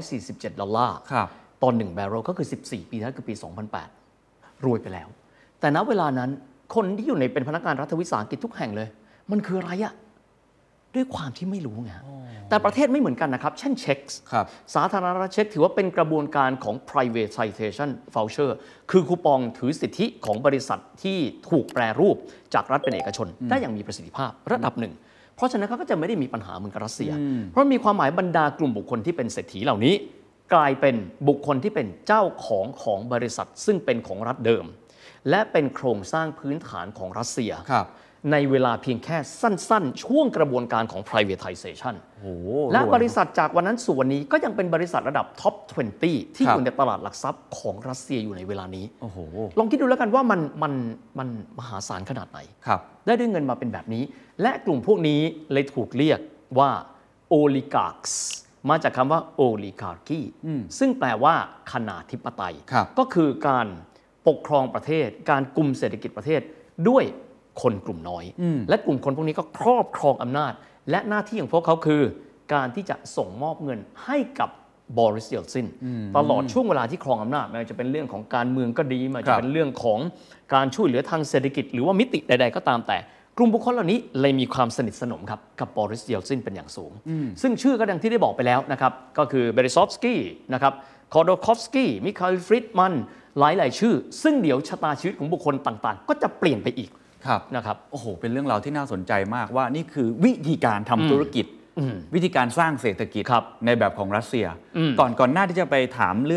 Speaker 3: $147ตอน1 barrel ก็คือ14ปีนั้นคือปี2008รวยไปแล้วแต่ณเวลานั้นคนที่อยู่ในเป็นพนักงานรัฐวิสาหกิจทุกแห่งเลยมันคืออะไรด้วยความที่ไม่รู้ไงแต่ประเทศไม่เหมือนกันนะครับเช่นเช็คสาธารณรัฐเช็กถือว่าเป็นกระบวนการของ privatization voucher คือคูปองถือสิทธิของบริษัทที่ถูกแปรรูปจากรัฐเป็นเอกชนได้อย่างมีประสิทธิภาพระดับหนึ่งเพราะฉะนั้นเขาก็จะไม่ได้มีปัญหาเหมือนกับรัสเซียเพราะมีความหมายบรรดากลุ่มบุคคลที่เป็นเศรษฐีเหล่านี้กลายเป็นบุคคลที่เป็นเจ้าของบริษัทซึ่งเป็นของรัฐเดิมและเป็นโครงสร้างพื้นฐานของรัสเซียในเวลาเพียงแค่สั้นๆช่วงกระบวนการของ privatization และบริษัทจากวันนั้นสู่วันนี้ก็ยังเป็นบริษัทระดับ top 20 ที่อยู่ในตลาดหลักทรัพย์ของรัสเซียอยู่ในเวลานี้ลองคิดดูแล้วกันว่ามันมหาศาลขนาดไหนได้ด้วยเงินมาเป็นแบบนี้และกลุ่มพวกนี้เลยถูกเรียกว่า oligarchs มาจากคำว่า oligarchy ซึ่งแปลว่าคณาธิปไตยก็คือการปกครองประเทศการกุมเศรษฐกิจประเทศด้วยคนกลุ่มน้อยและกลุ่มคนพวกนี้ก็ครอบครองอำนาจและหน้าที่ของพวกเขาคือการที่จะส่งมอบเงินให้กับบอริส เยลซินตลอดช่วงเวลาที่ครองอำนาจไม่ว่าจะเป็นเรื่องของการเมืองก็ดีไม่ว่าจะเป็นเรื่องของการช่วยเหลือทางเศรษฐกิจหรือว่ามิติใดๆก็ตามแต่กลุ่มบุคคลเหล่านี้เลยมีความสนิทสนมครับกับบอริส เยลซินเป็นอย่างสูงซึ่งชื่อก็ดังที่ได้บอกไปแล้วนะครับก็คือเบริซอฟสกี้นะครับคอโดคอฟสกี้มิคาอิลฟรีดมันหลายๆชื่อซึ่งเดี๋ยวชะตาชีวิตของบุคคลต่างๆก็จะเปลี่ยนไปอีกนะครับ
Speaker 2: โอ้โหเป็นเรื่องราวที่น่าสนใจมากว่านี่คือวิธีการทำธุรกิจวิธีการสร้างเศรษฐกิจในแบบของรัสเซียก่อนหน้าที่จะไปถามเรื่อง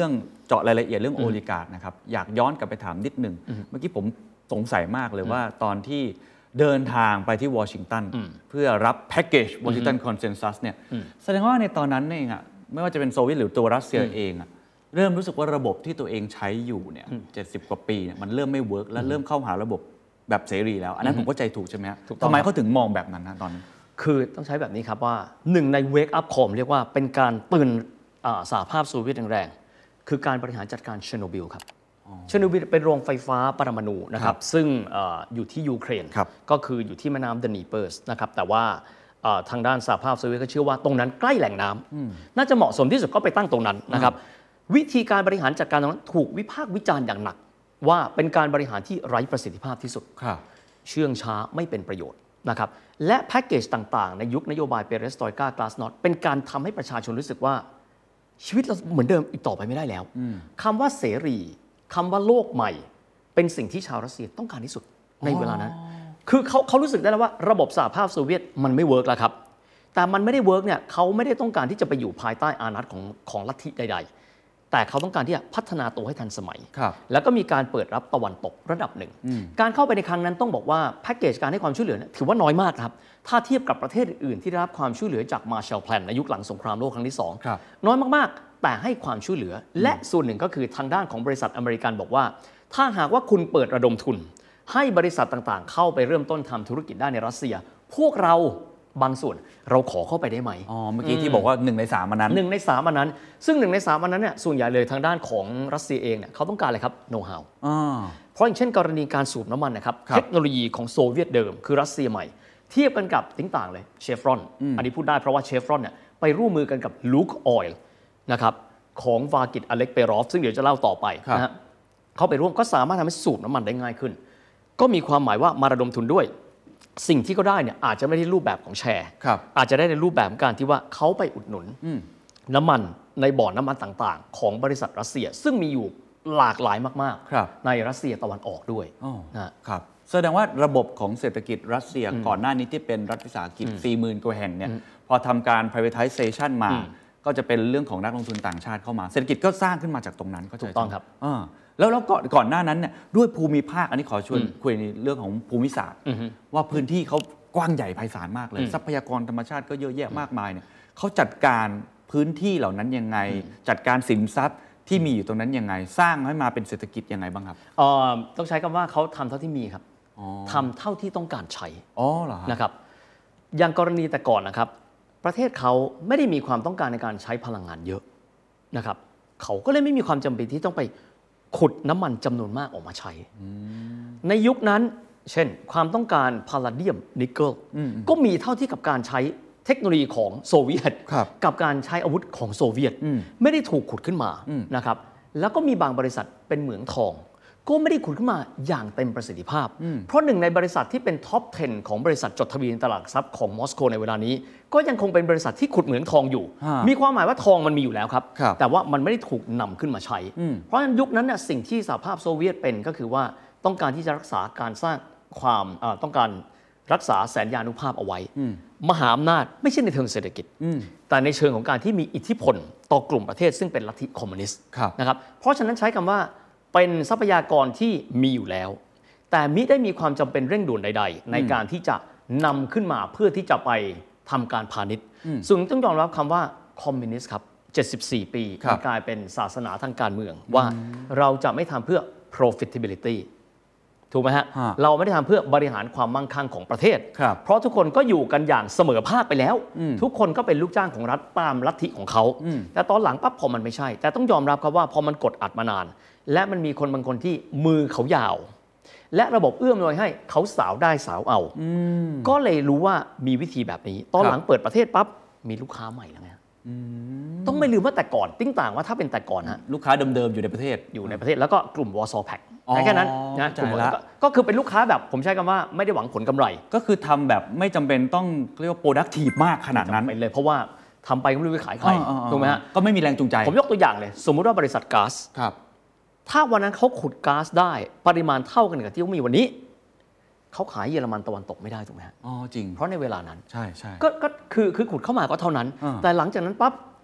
Speaker 2: เจาะรายละเอียดเรื่องโอลิการ์คนะครับอยากย้อนกลับไปถามนิดหนึ่งเมื่อกี้ผมสงสัยมากเลยว่าตอนที่เดินทางไปที่วอชิงตันเพื่อรับแพ็กเกจวอชิงตันคอนเซนซัสเนี่ยแสดงว่าในตอนนั้นเองไม่ว่าจะเป็นโซเวียตหรือตัวรัสเซียเองเริ่มรู้สึกว่าระบบที่ตัวเองใช้อยู่เนี่ย70 กว่าปีเนี่ยมันเริ่มไม่เวิร์กและเริ่มเข้าหาระบบแบบเสรีแล้วอันนั้นผมเข้าใจถูกใช่ไหมครับทำไมเขาถึงมองแบบนั้นนะตอนนั้น
Speaker 3: คือต้องใช้แบบนี้ครับว่าหนึ่งใน wake up call เรียกว่าเป็นการตื่นสหภาพโซเวียตแรงๆคือการบริหารจัดการเชอร์โนบิลครับเชอร์โนบิลเป็นโรงไฟฟ้าปรมาณูนะครับซึ่งอยู่ที่ยูเครนก็คืออยู่ที่แม่น้ำเดนีเปอร์สนะครับแต่ว่าทางด้านสหภาพโซเวียตก็เชื่อว่าตรงนั้นใกล้แหล่งน้ำน่าจะเหมาะสมที่สุดก็ไปตั้งตรงนั้นนะครับวิธีการบริหารจัดการตรงนั้นถูกวิพากษ์วิจารณ์อย่างหนักว่าเป็นการบริหารที่ไร้ประสิทธิภาพที่สุดเชื่องช้าไม่เป็นประโยชน์นะครับและแพ็กเกจต่างๆในยุคนโยบายเปเรสตรอยกากลาสโนดเป็นการทำให้ประชาชนรู้สึกว่าชีวิตเราเหมือนเดิมอีกต่อไปไม่ได้แล้วคำว่าเสรีคำว่าโลกใหม่เป็นสิ่งที่ชาวรัสเซียต้องการที่สุดในเวลานั้นคือเขารู้สึกได้แล้วว่าระบบสหภาพโซเวียตมันไม่เวิร์กแล้วครับแต่มันไม่ได้เวิร์กเนี่ยเขาไม่ได้ต้องการที่จะไปอยู่ภายใต้อานัตของลัทธิใดๆแต่เขาต้องการที่จะพัฒนาตัวให้ทันสมัยแล้วก็มีการเปิดรับตะวันตกระดับหนึ่งการเข้าไปในครั้งนั้นต้องบอกว่าแพ็กเกจการให้ความช่วยเหลือถือว่าน้อยมากครับถ้าเทียบกับประเทศอื่นๆที่ได้รับความช่วยเหลือจากมาร์แชลล์แพลนในยุคหลังสงครามโลกครั้งที่2น้อยมากๆแต่ให้ความช่วยเหลือและส่วนหนึ่งก็คือทางด้านของบริษัทอเมริกันบอกว่าถ้าหากว่าคุณเปิดระดมทุนให้บริษัทต่างๆเข้าไปเริ่มต้นทำธุรกิจได้ในรัสเซียพวกเราบางส่วนเราขอเข้าไปได้ไหม
Speaker 2: เมื่อกี้ที่บอกว่า1 ใน 3อันนั้น
Speaker 3: 1 ใน 3อันนั้นซึ่ง1 ใน 3อันนั้นเนี่ยส่วนใหญ่เลยทางด้านของรัสเซียเองเนี่ยเขาต้องการอะไรครับโน้ตฮาวเพราะอย่างเช่นกรณีการสูบน้ำมันนะครับเทคโนโลยีของโซเวียตเดิมคือรัสเซียใหม่เทียบกันกับติ้งต่างเลยเชฟรอนอันนี้พูดได้เพราะว่าเชฟรอนเนี่ยไปร่วมมือกันกับลูคออยล์นะครับของวากิตอเล็กเปรอฟซึ่งเดี๋ยวจะเล่าต่อไปนะฮะเขาไปร่วมก็สามารถทำให้สูบน้ำมันได้ง่ายขึ้นก็มีความหมายว่ามาระดมทุนด้วยสิ่งที่เขาได้เนี่ยอาจจะไม่ได้รูปแบบของแชร์อาจจะได้ในรูปแบบการที่ว่าเขาไปอุดหนุนน้ำมันในบ่อน้ำมันต่างๆของบริษัทรัสเซียซึ่งมีอยู่หลากหลายมากๆในรัสเซียตะวันออกด้วย
Speaker 2: นะครับแสดงว่าระบบของเศรษฐกิจรัสเซียก่อนหน้านี้ที่เป็นรัฐวิสาหกิจ 40,000 กว่าแห่งเนี่ยพอทำการ privatization มาก็จะเป็นเรื่องของนักลงทุนต่างชาติเข้ามาเศรษฐกิจก็สร้างขึ้นมาจากตรงนั้น
Speaker 3: ถูกต้องครับ
Speaker 2: แล้วก่อนหน้านั้นเนี่ยด้วยภูมิภาคอันนี้ขอชวนคุยในเรื่องของภูมิศาสตร์ว่าพื้นที่เขากว้างใหญ่ไพศาลมากเลยทรัพยากรธรรมชาติก็เยอะแยะมากมายเนี่ยเขาจัดการพื้นที่เหล่านั้นยังไงจัดการสินทรัพย์ที่มีอยู่ตรงนั้นยังไงสร้างให้มาเป็นเศรษฐกิจยังไงบ้างครับ
Speaker 3: ต้องใช้คำว่าเขาทำเท่าที่มีครับทำเท่าที่ต้องการใช้นะครับอย่างกรณีแต่ก่อนนะครับประเทศเขาไม่ได้มีความต้องการในการใช้พลังงานเยอะนะครับเขาก็เลยไม่มีความจำเป็นที่ต้องไปขุดน้ำมันจำนวนมากออกมาใช้ในยุคนั้นเช่นความต้องการพาลาเดียมนิกเกิลก็มีเท่าที่กับการใช้เทคโนโลยีของโซเวียตกับการใช้อาวุธของโซเวียตไม่ได้ถูกขุดขึ้นมานะครับแล้วก็มีบางบริษัทเป็นเหมืองทองก็ไม่ได้ขุดขึ้นมาอย่างเต็มประสิทธิภาพเพราะหนึ่งในบริษัทที่เป็นท็อป 10 ของบริษัทจดทะเบียนตลาดหลักทรัพย์ของมอสโกในเวลานี้ก็ยังคงเป็นบริษัทที่ขุดเหมืองทองอยู่มีความหมายว่าทองมันมีอยู่แล้วครับแต่ว่ามันไม่ได้ถูกนำขึ้นมาใช้เพราะฉะนั้นยุคนั้นเนี่ยสิ่งที่สหภาพโซเวียตเป็นก็คือว่าต้องการที่จะรักษาการสร้างความต้องการรักษาแสนยานุภาพเอาไว้มหาอำนาจไม่ใช่ในเชิงเศรษฐกิจแต่ในเชิงของการที่มีอิทธิพลต่อกลุ่มประเทศซึ่งเป็นลัทธิคอมมิวนิสต์นะครับเพราะฉะนั้นใช้คำว่าเป็นทรัพยากรที่มีอยู่แล้วแต่มิได้มีความจำเป็นเร่งด่วนใดๆในการที่จะนำขึ้นมาเพื่อที่จะไปทำการพาณิชย์ส่วนต้องยอมรับคำว่าคอมมิวนิสต์ครับ74 ปีกลายเป็นศาสนาทางการเมืองว่าเราจะไม่ทำเพื่อ profitability ถูกไหมฮะเราไม่ได้ทำเพื่อบริหารความมั่งคั่งของประเทศเพราะทุกคนก็อยู่กันอย่างเสมอภาคไปแล้วทุกคนก็เป็นลูกจ้างของรัฐตามลัทธิของเขาแต่ตอนหลังปั๊บพอมันไม่ใช่แต่ต้องยอมรับครับว่าพอมันกดอัดมานานและมันมีคนบางคนที่มือเขายาวและระบบเอื้อมหน่วยให้เขาสาวได้สาวเอาก็เลยรู้ว่ามีวิธีแบบนี้ตอนหลังเปิดประเทศปั๊บมีลูกค้าใหม่แล้วไงต้องไม่ลืมว่าแต่ก่อนติ้งต่างว่าถ้าเป็นแต่ก่อนฮะ
Speaker 2: ลูกค้าเดิมๆอยู่ในประเทศ
Speaker 3: แล้วก็กลุ่มวอร์ซอแพ็คแค่นั้นนะก็คือเป็นลูกค้าแบบผมใช้คำว่าไม่ได้หวังผลกำไร
Speaker 2: ก็คือทำแบบไม่จำเป็นต้องเรียกว่า productive มากขนาดนั้น
Speaker 3: ไปเลยเพราะว่าทำไปก็ไม่รู้ไปขายใครถูกไหมฮะ
Speaker 2: ก็ไม่มีแรงจูงใจ
Speaker 3: ผมยกตัวอย่างเลยสมมุติว่าบริษัทก๊าซถ้าวันนั้นเขาขุดก๊าซได้ปริมาณเท่ากันกับที่เขามีวันนี้เขาขายเยอรมันตะวันตกไม่ได้ถูกไหมฮะ
Speaker 2: จริง
Speaker 3: เพราะในเวลานั้น
Speaker 2: ใช่
Speaker 3: ก็คือขุดเข้ามาก็เท่านั้นแต่หลังจากนั้นปั๊บ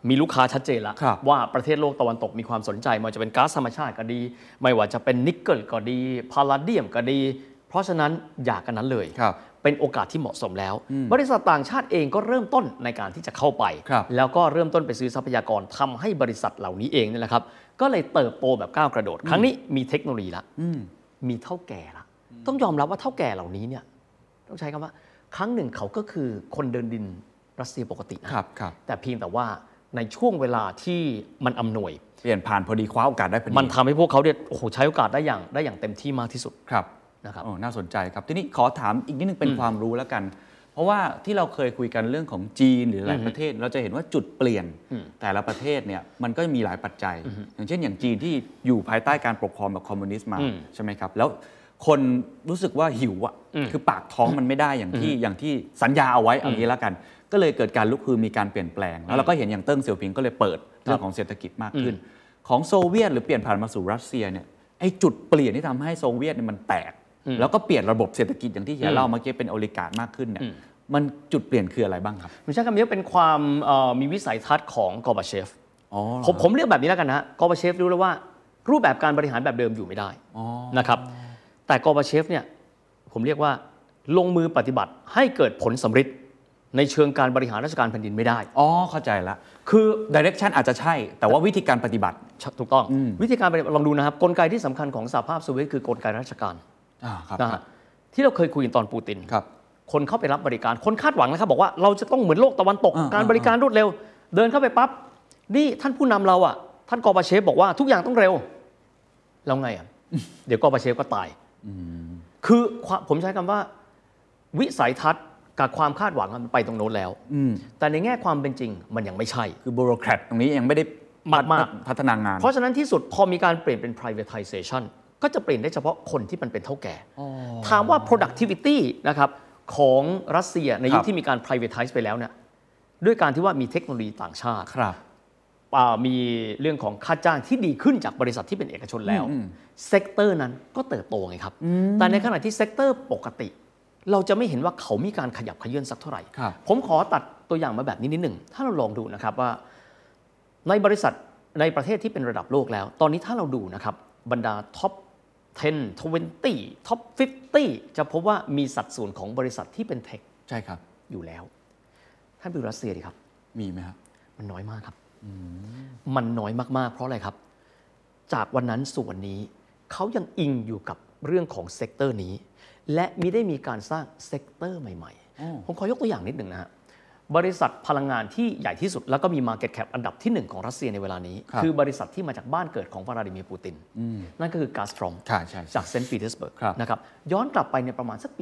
Speaker 3: มีลูกค้าชัดเจนแล้วว่าประเทศโลกตะวันตกมีความสนใจไม่ว่าจะเป็นก๊าซธรรมชาติก็ดีไม่ว่าจะเป็นนิกเกิลก็ดีพาลาเดียมก็ดีเพราะฉะนั้นอยากกันนั้นเลยเป็นโอกาสที่เหมาะสมแล้วบริษัทต่างชาติเองก็เริ่มต้นในการที่จะเข้าไปแล้วก็เริ่มต้นไปซื้อทรัพยากรทำให้บริษัทเหล่านี้เองนี่แหละครับก็เลยเติบโตแบบก้าวกระโดดครั้งนี้มีเทคโนโลยีละมีเท่าแก่ละต้องยอมรับว่าเท่าแก่เหล่านี้เนี่ยต้องใช้คำว่าครั้งหนึ่งเขาก็คือคนเดินดินรัสเซียปกตินะครับแต่เพียงแต่ว่าในช่วงเวลาที่มันอำนวย
Speaker 2: เปลี่ยนผ่านพอดีคว้าโอกาสได้พอดี
Speaker 3: มันทำให้พวกเขาเนี่ยโอ้โหใช้โอกาสได้อย่างเต็มที่มากที่สุด
Speaker 2: ครับ
Speaker 3: นะครับ
Speaker 2: น่าสนใจครับทีนี้ขอถามอีกนิดนึงเป็นความรู้แล้วกันเพราะว่าที่เราเคยคุยกันเรื่องของจีนหรือหลายประเทศเราจะเห็นว่าจุดเปลี่ยนแต่ละประเทศเนี่ยมันก็มีหลายปัจจัยอย่างเช่นอย่างจีนที่อยู่ภายใต้การปกครองแบบคอมมิวนิสต์มาใช่ไหมครับแล้วคนรู้สึกว่าหิวอ่ะคือปากท้องมันไม่ได้อย่างที่สัญญาเอาไว้เอางี้แล้วกันก็เลยเกิดการลุกฮือมีการเปลี่ยนแปลงแล้วเราก็เห็นอย่างเติ้งเสี่ยวผิงก็เลยเปิดเรื่องของเศรษฐกิจมากขึ้นของโซเวียตหรือเปลี่ยนผ่านมาสู่รัสเซียเนี่ยไอ้จุดเปลี่ยนที่ทำให้โซเวียตเนี่ยมันแตกแล้วก็เปลี่ยนระบบเศรษฐกิจอย่างที่เฮียเล่าเมื่อกี้เป็นโอลิการ์มากขึ้นเนี่ยมันจุดเปลี่ยนคืออะไรบ้างครับ
Speaker 3: ไม่ใช่คำนี้เป็นความมีวิสัยทัศน์ของกอร์บาเชฟผมเรียกแบบนี้แล้วกันนะกอร์บาเชฟรู้แล้วว่ารูปแบบการบริหารแบบเดิมอยู่ไม่ได้นะครับแต่กอร์บาเชฟเนี่ยผมเรียกว่าลงมือปฏิบัติให้เกิดผลสำเร็จในเชิงการบริหารราชการแผ่นดินไม่ได้
Speaker 2: เข้าใจละคือ direction อาจจะใช่แต่ว่าวิธีการปฏิบัติ
Speaker 3: ถูกต้องวิธีการปฏิบัติลองดูนะครับกลไกที่สำคัญของสหภาพโซเวียตคือกลไกราชการนะที่เราเคยคุยกันตอนปูตินคนเข้าไปรับบริการคนคาดหวังนะครับบอกว่าเราจะต้องเหมือนโลกตะวันตกการบริการรวดเร็วเดินเข้าไปปั๊บนี่ท่านผู้นำเราอ่ะท่านกอร์บาเชฟบอกว่าทุกอย่างต้องเร็วแล้วไงอ่ะ เดี๋ยวกอร์บาเชฟก็ตายคือผมใช้คำว่าวิสัยทัศน์กับความคาดหวังมันไปตรงโน้นแล้วแต่ในแง่ความเป็นจริงมันยังไม่ใช่
Speaker 2: คือบูโรแครตตรงนี้ยังไม่ได้
Speaker 3: มาก
Speaker 2: พัฒนางาน
Speaker 3: เพราะฉะนั้นที่สุดพอมีการเปลี่ยนเป็น privatization ก็จะเปลี่ยนได้เฉพาะคนที่มันเป็นเท่าแก่ถามว่า productivity นะครับของรัสเซียในยุคที่มีการ privatize ไปแล้วเนี่ยด้วยการที่ว่ามีเทคโนโลยีต่างชาติมีเรื่องของค่าจ้างที่ดีขึ้นจากบริษัทที่เป็นเอกชนแล้วเซกเตอร์นั้นก็เติบโตไงครับแต่ในขณะที่เซกเตอร์ปกติเราจะไม่เห็นว่าเขามีการขยับเขยื้อนสักเท่าไหร่ผมขอตัดตัวอย่างมาแบบนี้นิดหนึ่งถ้าเราลองดูนะครับว่าในบริษัทในประเทศที่เป็นระดับโลกแล้วตอนนี้ถ้าเราดูนะครับบรรดาท็อป10 20 ท็อป 50 จะพบว่ามีสัดส่วนของบริษัทที่เป็นเทค
Speaker 2: ใช่ครับ
Speaker 3: อยู่แล้วท่านไปดูรัสเซียดิครับ
Speaker 2: มีไหมครับ
Speaker 3: มันน้อยมากครับมันน้อยมากๆเพราะอะไรครับจากวันนั้นสู่วันนี้เขายังอิงอยู่กับเรื่องของเซกเตอร์นี้และมิได้มีการสร้างเซกเตอร์ใหม่ๆผมขอยกตัวอย่างนิดหนึ่งนะฮะบริษัทพลังงานที่ใหญ่ที่สุดแล้วก็มี Market Cap อันดับที่1ของรัสเซียในเวลานี้คือบริษัทที่มาจากบ้านเกิดของวลาดิเมียร์ปูตินนั่นก็คือ Gazprom จากเซนต์ปีเตอร์สเบิร์กนะครับย้อนกลับไปในประมาณสักปี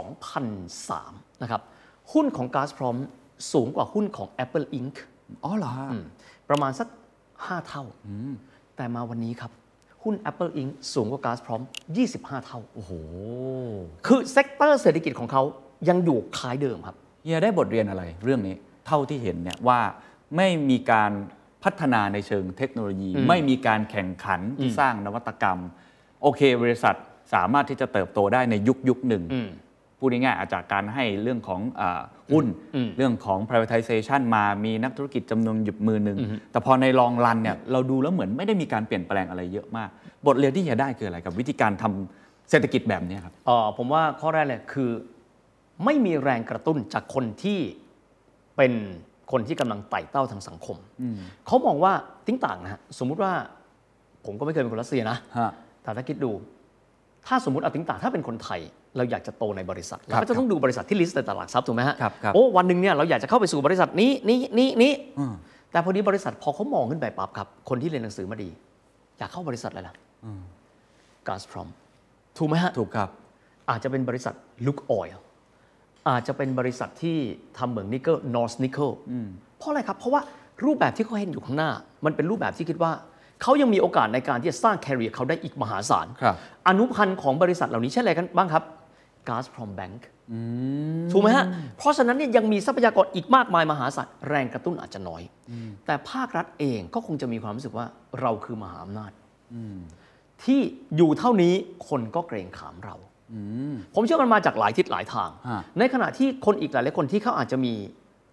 Speaker 3: 2003 นะครับหุ้นของ Gazprom สูงกว่าหุ้นของ Apple Inc.
Speaker 2: เหรอ
Speaker 3: ประมาณสัก5 เท่าแต่มาวันนี้ครับหุ้น Apple Inc. สูงกว่า Gazprom 25 เท่า
Speaker 2: โอ้โห
Speaker 3: คือเซกเตอร์เศรษฐกิจของเขายังอยู่คล้ายเดิมครับ
Speaker 2: เฮียได้บทเรียนอะไรเรื่องนี้เท่าที่เห็นเนี่ยว่าไม่มีการพัฒนาในเชิงเทคโนโลยีไม่มีการแข่งขันที่สร้างนวัตกรรมโอเคบริษัทสามารถที่จะเติบโตได้ในยุคหนึ่งพูดง่ายๆอาจจะการให้เรื่องของหุ้นเรื่องของ privatization มามีนักธุรกิจจำนวนหยุบมือหนึ่งแต่พอในลองรันเนี่ยเราดูแล้วเหมือนไม่ได้มีการเปลี่ยนแปลงอะไรเยอะมากบทเรียนที่เฮียได้คืออะไรกับวิธีการทำเศรษฐกิจแบบนี้ครับ
Speaker 3: ผมว่าข้อแรกเลยคือไม่มีแรงกระตุ้นจากคนที่เป็นคนที่กำลังไต่เต้าทางสังคมเขามองว่าติ้งต่างนะฮะสมมุติว่าผมก็ไม่เคยเป็นคนรัสเซียนะแต่ถ้าคิดดูถ้าสมมติเอาติ้งต่างถ้าเป็นคนไทยเราอยากจะโตในบริษัทเราก็จะต้องดูบริษัทที่ลิสต์ในตลาดทรัพย์ถูกไหมฮะโอ้วันหนึ่งเนี่ยเราอยากจะเข้าไปสู่บริษัทนี้แต่พอดีบริษัทพอเขามองขึ้นไปปั๊บครับคนที่เรียนหนังสือมาดีอยากเข้าบริษัทอะไรล่ะGazprom ถูกไหมฮะ
Speaker 2: ถูกครับ
Speaker 3: อาจจะเป็นบริษัท Look Oilอาจจะเป็นบริษัทที่ทำเหมืองนิกเกิล North Nickel เพราะอะไรครับเพราะว่ารูปแบบที่เขาเห็นอยู่ข้างหน้ามันเป็นรูปแบบที่คิดว่าเขายังมีโอกาสในการที่จะสร้างแคริเอร์เขาได้อีกมหาศาลอนุพันธ์ของบริษัทเหล่านี้เช่นอะไรกันบ้างครับ Gazprom Bank ถูกไหมฮะเพราะฉะนั้นเนี่ยยังมีทรัพยากรอีกมากมายมหาศาลแรงกระตุ้นอาจจะน้อยแต่ภาครัฐเองก็คงจะมีความรู้สึกว่าเราคือมหาอำนาจที่อยู่เท่านี้คนก็เกรงขามเราผมเชื่อมันมาจากหลายทิศหลายทางในขณะที่คนอีกหลายคนที่เขาอาจจะมี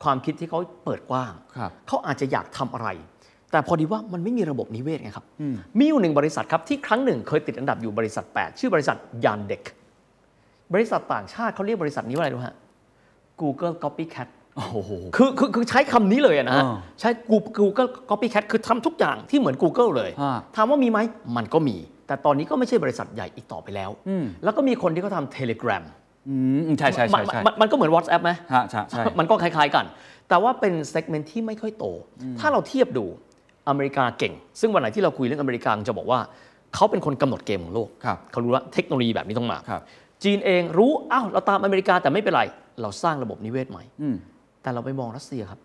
Speaker 3: ความคิดที่เขาเปิดกว้างเขาอาจจะอยากทำอะไรแต่พอดีว่ามันไม่มีระบบนิเวศไงครับมีอยู่หนึ่งบริษัทครับที่ครั้งหนึ่งเคยติดอันดับอยู่บริษัท8ชื่อบริษัท Yandex บริษัทต่างชาติเขาเรียกบริษัทนี้ว่าอะไรรู้ฮะ Google Copycat คือใช้คำนี้เลยนะฮะใช้ Google Copycat คือทำทุกอย่างที่เหมือน Google เลยถามว่ามีไหมมันก็มีแต่ตอนนี้ก็ไม่ใช่บริษัทใหญ่อีกต่อไปแล้วแล้วก็มีคนที่เขาทำ Telegram
Speaker 2: ใช่
Speaker 3: มันก็เหมือน WhatsApp ไหม
Speaker 2: ใช่
Speaker 3: มันก็คล้ายๆกันแต่ว่าเป็นเซกเมนต์ที่ไม่ค่อยโตถ้าเราเทียบดูอเมริกาเก่งซึ่งวันไหนที่เราคุยเรื่องอเมริกาจะบอกว่าเขาเป็นคนกำหนดเกมของโลกเขารู้ว่าเทคโนโลยีแบบนี้ต้องมาจีนเองรู้เราตามอเมริกาแต่ไม่เป็นไรเราสร้างระบบนิเวศใหม่แต่เราไปมองรัสเซียครับ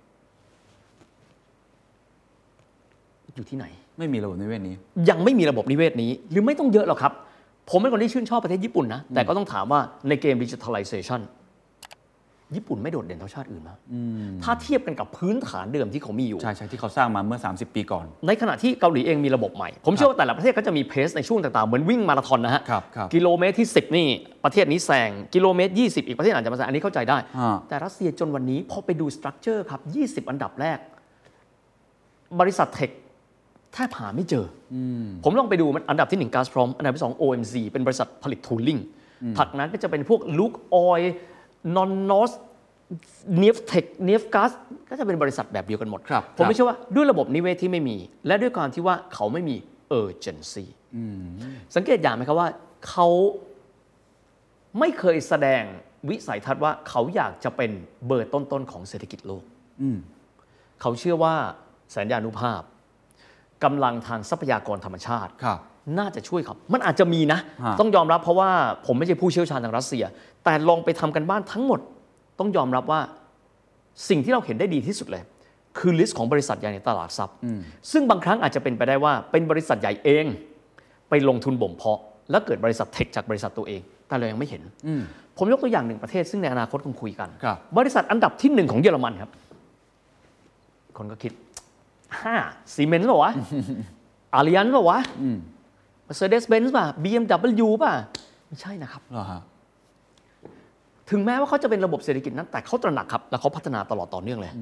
Speaker 3: อยู่ที่ไหน
Speaker 2: ไม่มีระบบนิเวศนี้
Speaker 3: ยังไม่มีระบบนิเวศนี้หรือไม่ต้องเยอะหรอกครับผมเป็นคนที่ชื่นชอบประเทศญี่ปุ่นนะแต่ก็ต้องถามว่าในเกม Digitalization ญี่ปุ่นไม่โดดเด่นเท่าชาติอื่นนะถ้าเทียบกันกับพื้นฐานเดิมที่เขามีอยู่
Speaker 2: ใช่ที่เขาสร้างมาเมื่อ30ปีก่อน
Speaker 3: ในขณะที่เกาหลีเองมีระบบใหม่ผมเชื่อว่าแต่ละประเทศก็จะมีเพสในช่วงต่างๆเหมือนวิ่งมาราธอนนะฮะกิโลเมตรที่10นี่ประเทศนี้แซงกิโลเมตร20อีกประเทศอาจจะมาแซงอันนี้เข้าใจได้แต่รัสเซียจนวันนี้พอไปดูสตรัคเจอร์ครับ20อันดับแรกบริษัทเทคแทบหาไม่เจอผมลองไปดูอันดับที่1 Gazprom อันดับที่2 OMZ เป็นบริษัทผลิตทูลลิ่งถัดนั้นก็จะเป็นพวก Luke Oil Nonnosเนียฟเทคเนียฟก๊าซก็จะเป็นบริษัทแบบเดียวกันหมดผมไม่เชื่อว่าด้วยระบบนิเวศที่ไม่มีและด้วยความที่ว่าเขาไม่มี urgency สังเกตอย่างไหมครับว่าเขาไม่เคยแสดงวิสัยทัศน์ว่าเขาอยากจะเป็นเบอร์ต้นๆของเศรษฐกิจโลกเขาเชื่อว่าสัญญานุภาพกำลังทางทรัพยากรธรรมชาติน่าจะช่วยครับมันอาจจะมีนะต้องยอมรับเพราะว่าผมไม่ใช่ผู้เชี่ยวชาญทางรัสเซียแต่ลองไปทำกันบ้านทั้งหมดต้องยอมรับว่าสิ่งที่เราเห็นได้ดีที่สุดเลยคือลิสต์ของบริษัทใหญ่ในตลาดทรัพย์ซึ่งบางครั้งอาจจะเป็นไปได้ว่าเป็นบริษัทใหญ่เองไปลงทุนบ่มเพาะแล้วเกิดบริษัทเทคจากบริษัทตัวเองแต่เรายังไม่เห็นผมยกตัวอย่างหนึ่งประเทศซึ่งในอนาคตคงคุยกันบริษัทอันดับที่1ของเยอรมันครับคนก็คิดซีเมนต์ป่ะวะอาริยันป่ะวะMercedes-Benz ป่ะ BMW ป่ะไม่ใช่นะครับถึงแม้ว่าเขาจะเป็นระบบเศรษฐกิจนั้นแต่เขาตระหนักครับและเขาพัฒนาตลอดต่อเนื่องเลย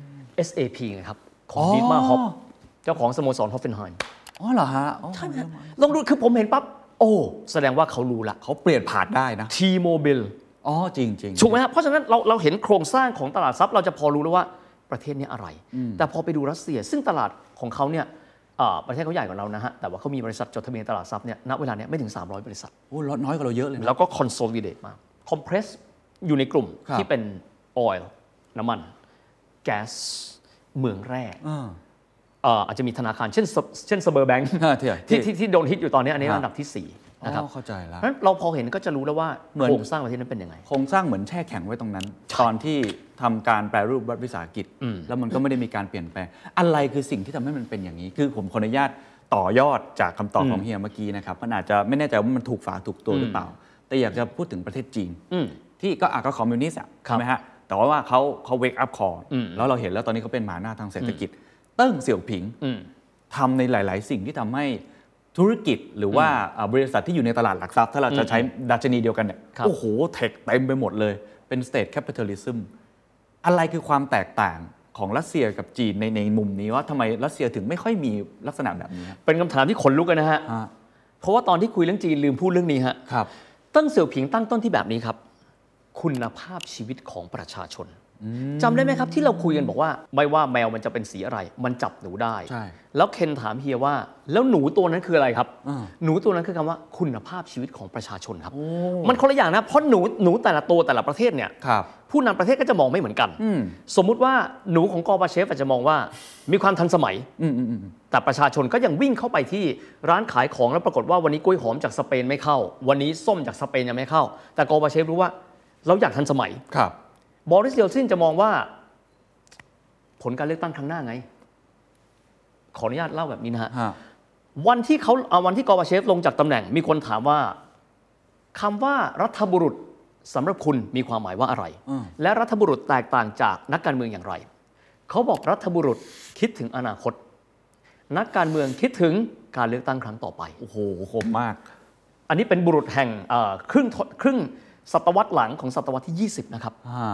Speaker 3: SAP ไงครับของดิมาฮอปเจ้าของสโมสรฮอฟเฟนไฮม์
Speaker 2: เหรอฮะ
Speaker 3: ใช่ไหมลองดูคือผมเห็นปั๊บแสดงว่าเขารู้ละ
Speaker 2: เขาเปลี่ยนผ่านได้นะ
Speaker 3: T-Mobile
Speaker 2: จริง
Speaker 3: ถูกไหมครับเพราะฉะนั้นเราเห็นโครงสร้างของตลาดทรัพย์เราจะพอรู้แล้วว่าประเทศนี้อะไรแต่พอไปดูรัสเซียซึ่งตลาดของเขาเนี่ยประเทศเขาใหญ่กว่าเรานะฮะแต่ว่าเขามีบริษัทจดทะเบียนตลาดทรัพย์เนี่ยณเวลานี้ไม่ถึง300บริษัท
Speaker 2: น้อยกว่าเราเยอะเลย
Speaker 3: แล้วก็ consolidate มา compress อยู่ในกลุ่มที่เป็น oil น้ำมันแก๊สเมืองแร่อาจจะมีธนาคารเช่น Sberbank ที่โดนฮิตอยู่ตอนนี้อันนี้อันดับที่4นะครับ
Speaker 2: เข้าใจแล้ว
Speaker 3: นั้นเราพอเห็นก็จะรู้แล้วว่าโครงสร้างประเทศนั้นเป็นยังไง
Speaker 2: โครงสร้างเหมือนแช่แข็งไว้ตรงนั้นตอนที่ทำการแปรรูปรัฐวิสาหกิจแล้วมันก็ไม่ได้มีการเปลี่ยนแปลงอะไรคือสิ่งที่ทำให้มันเป็นอย่างนี้คือผมขออนุญาตต่อยอดจากคำตอบของเฮียเมื่อกี้นะครับมันอาจจะไม่แน่ใจว่ามันถูกฝาถูกตัวหรือเปล่าแต่อยากจะพูดถึงประเทศจีนที่ก็คอมมิวนิสต์ใช่ไหมฮะแต่ว่าเขาเวกอัพคอร์แล้วเราเห็นแล้วตอนนี้เขาเป็นมหาอำนาจทางเศรษฐกิจเติ้งเสี่ยวผิงทำในหลายๆสิ่งที่ทำให้ธุรกิจหรือว่าบริษัทที่อยู่ในตลาดหลักทรัพย์ถ้าเราจะใช้ดัชนีเดียวกันเนี่ยโอ้โหเทคเต็มไปหมดเลยเป็นสเตทแคปิตอลิซึมอะไรคือความแตกต่างของรัสเซียกับจีนในมุมนี้ว่าทำไมรัสเซียถึงไม่ค่อยมีลักษณะแบบนี้
Speaker 3: เป็นคำถามที่ขนลุกนะฮะเพราะว่าตอนที่คุยเรื่องจีนลืมพูดเรื่องนี้ฮะเติ้งเสี่ยวผิงตั้งต้นที่แบบนี้ครับคุณภาพชีวิตของประชาชนจำได้ไหมครับที่เราคุยกันบอกว่าไม่ว่าแมวมันจะเป็นสีอะไรมันจับหนูได้แล้วเคนถามเฮียว่าแล้วหนูตัวนั้นคืออะไรครับหนูตัวนั้นคือคำว่าคุณภาพชีวิตของประชาชนครับมันคนละอย่างนะเพราะหนูแต่ละตัวแต่ละประเทศเนี่ยผู้นำประเทศก็จะมองไม่เหมือนกันสมมุติว่าหนูของกอร์บาเชฟอาจจะมองว่ามีความทันสมัยแต่ประชาชนก็ยังวิ่งเข้าไปที่ร้านขายของแล้วปรากฏว่าวันนี้กล้วยหอมจากสเปนไม่เข้าวันนี้ส้มจากสเปนยังไม่เข้าแต่กอร์บาเชฟรู้ว่าเราอยากทันสมัยบอริส เยลซินจะมองว่าผลการเลือกตั้งครั้งหน้าไงขออนุญาตเล่าแบบนี้นะฮะวันที่กอร์บาเชฟลงจากตำแหน่งมีคนถามว่าคำว่ารัฐบุรุษสำหรับคุณมีความหมายว่าอะไรและรัฐบุรุษแตกต่างจากนักการเมืองอย่างไรเขาบอกรัฐบุรุษคิดถึงอนาคตนักการเมืองคิดถึงการเลือกตั้งครั้งต่อไป
Speaker 2: โอ้โหคมมาก
Speaker 3: อันนี้เป็นบุรุษแห่งครึ่งศตวรรษหลังของศตวรรษที่20นะครับ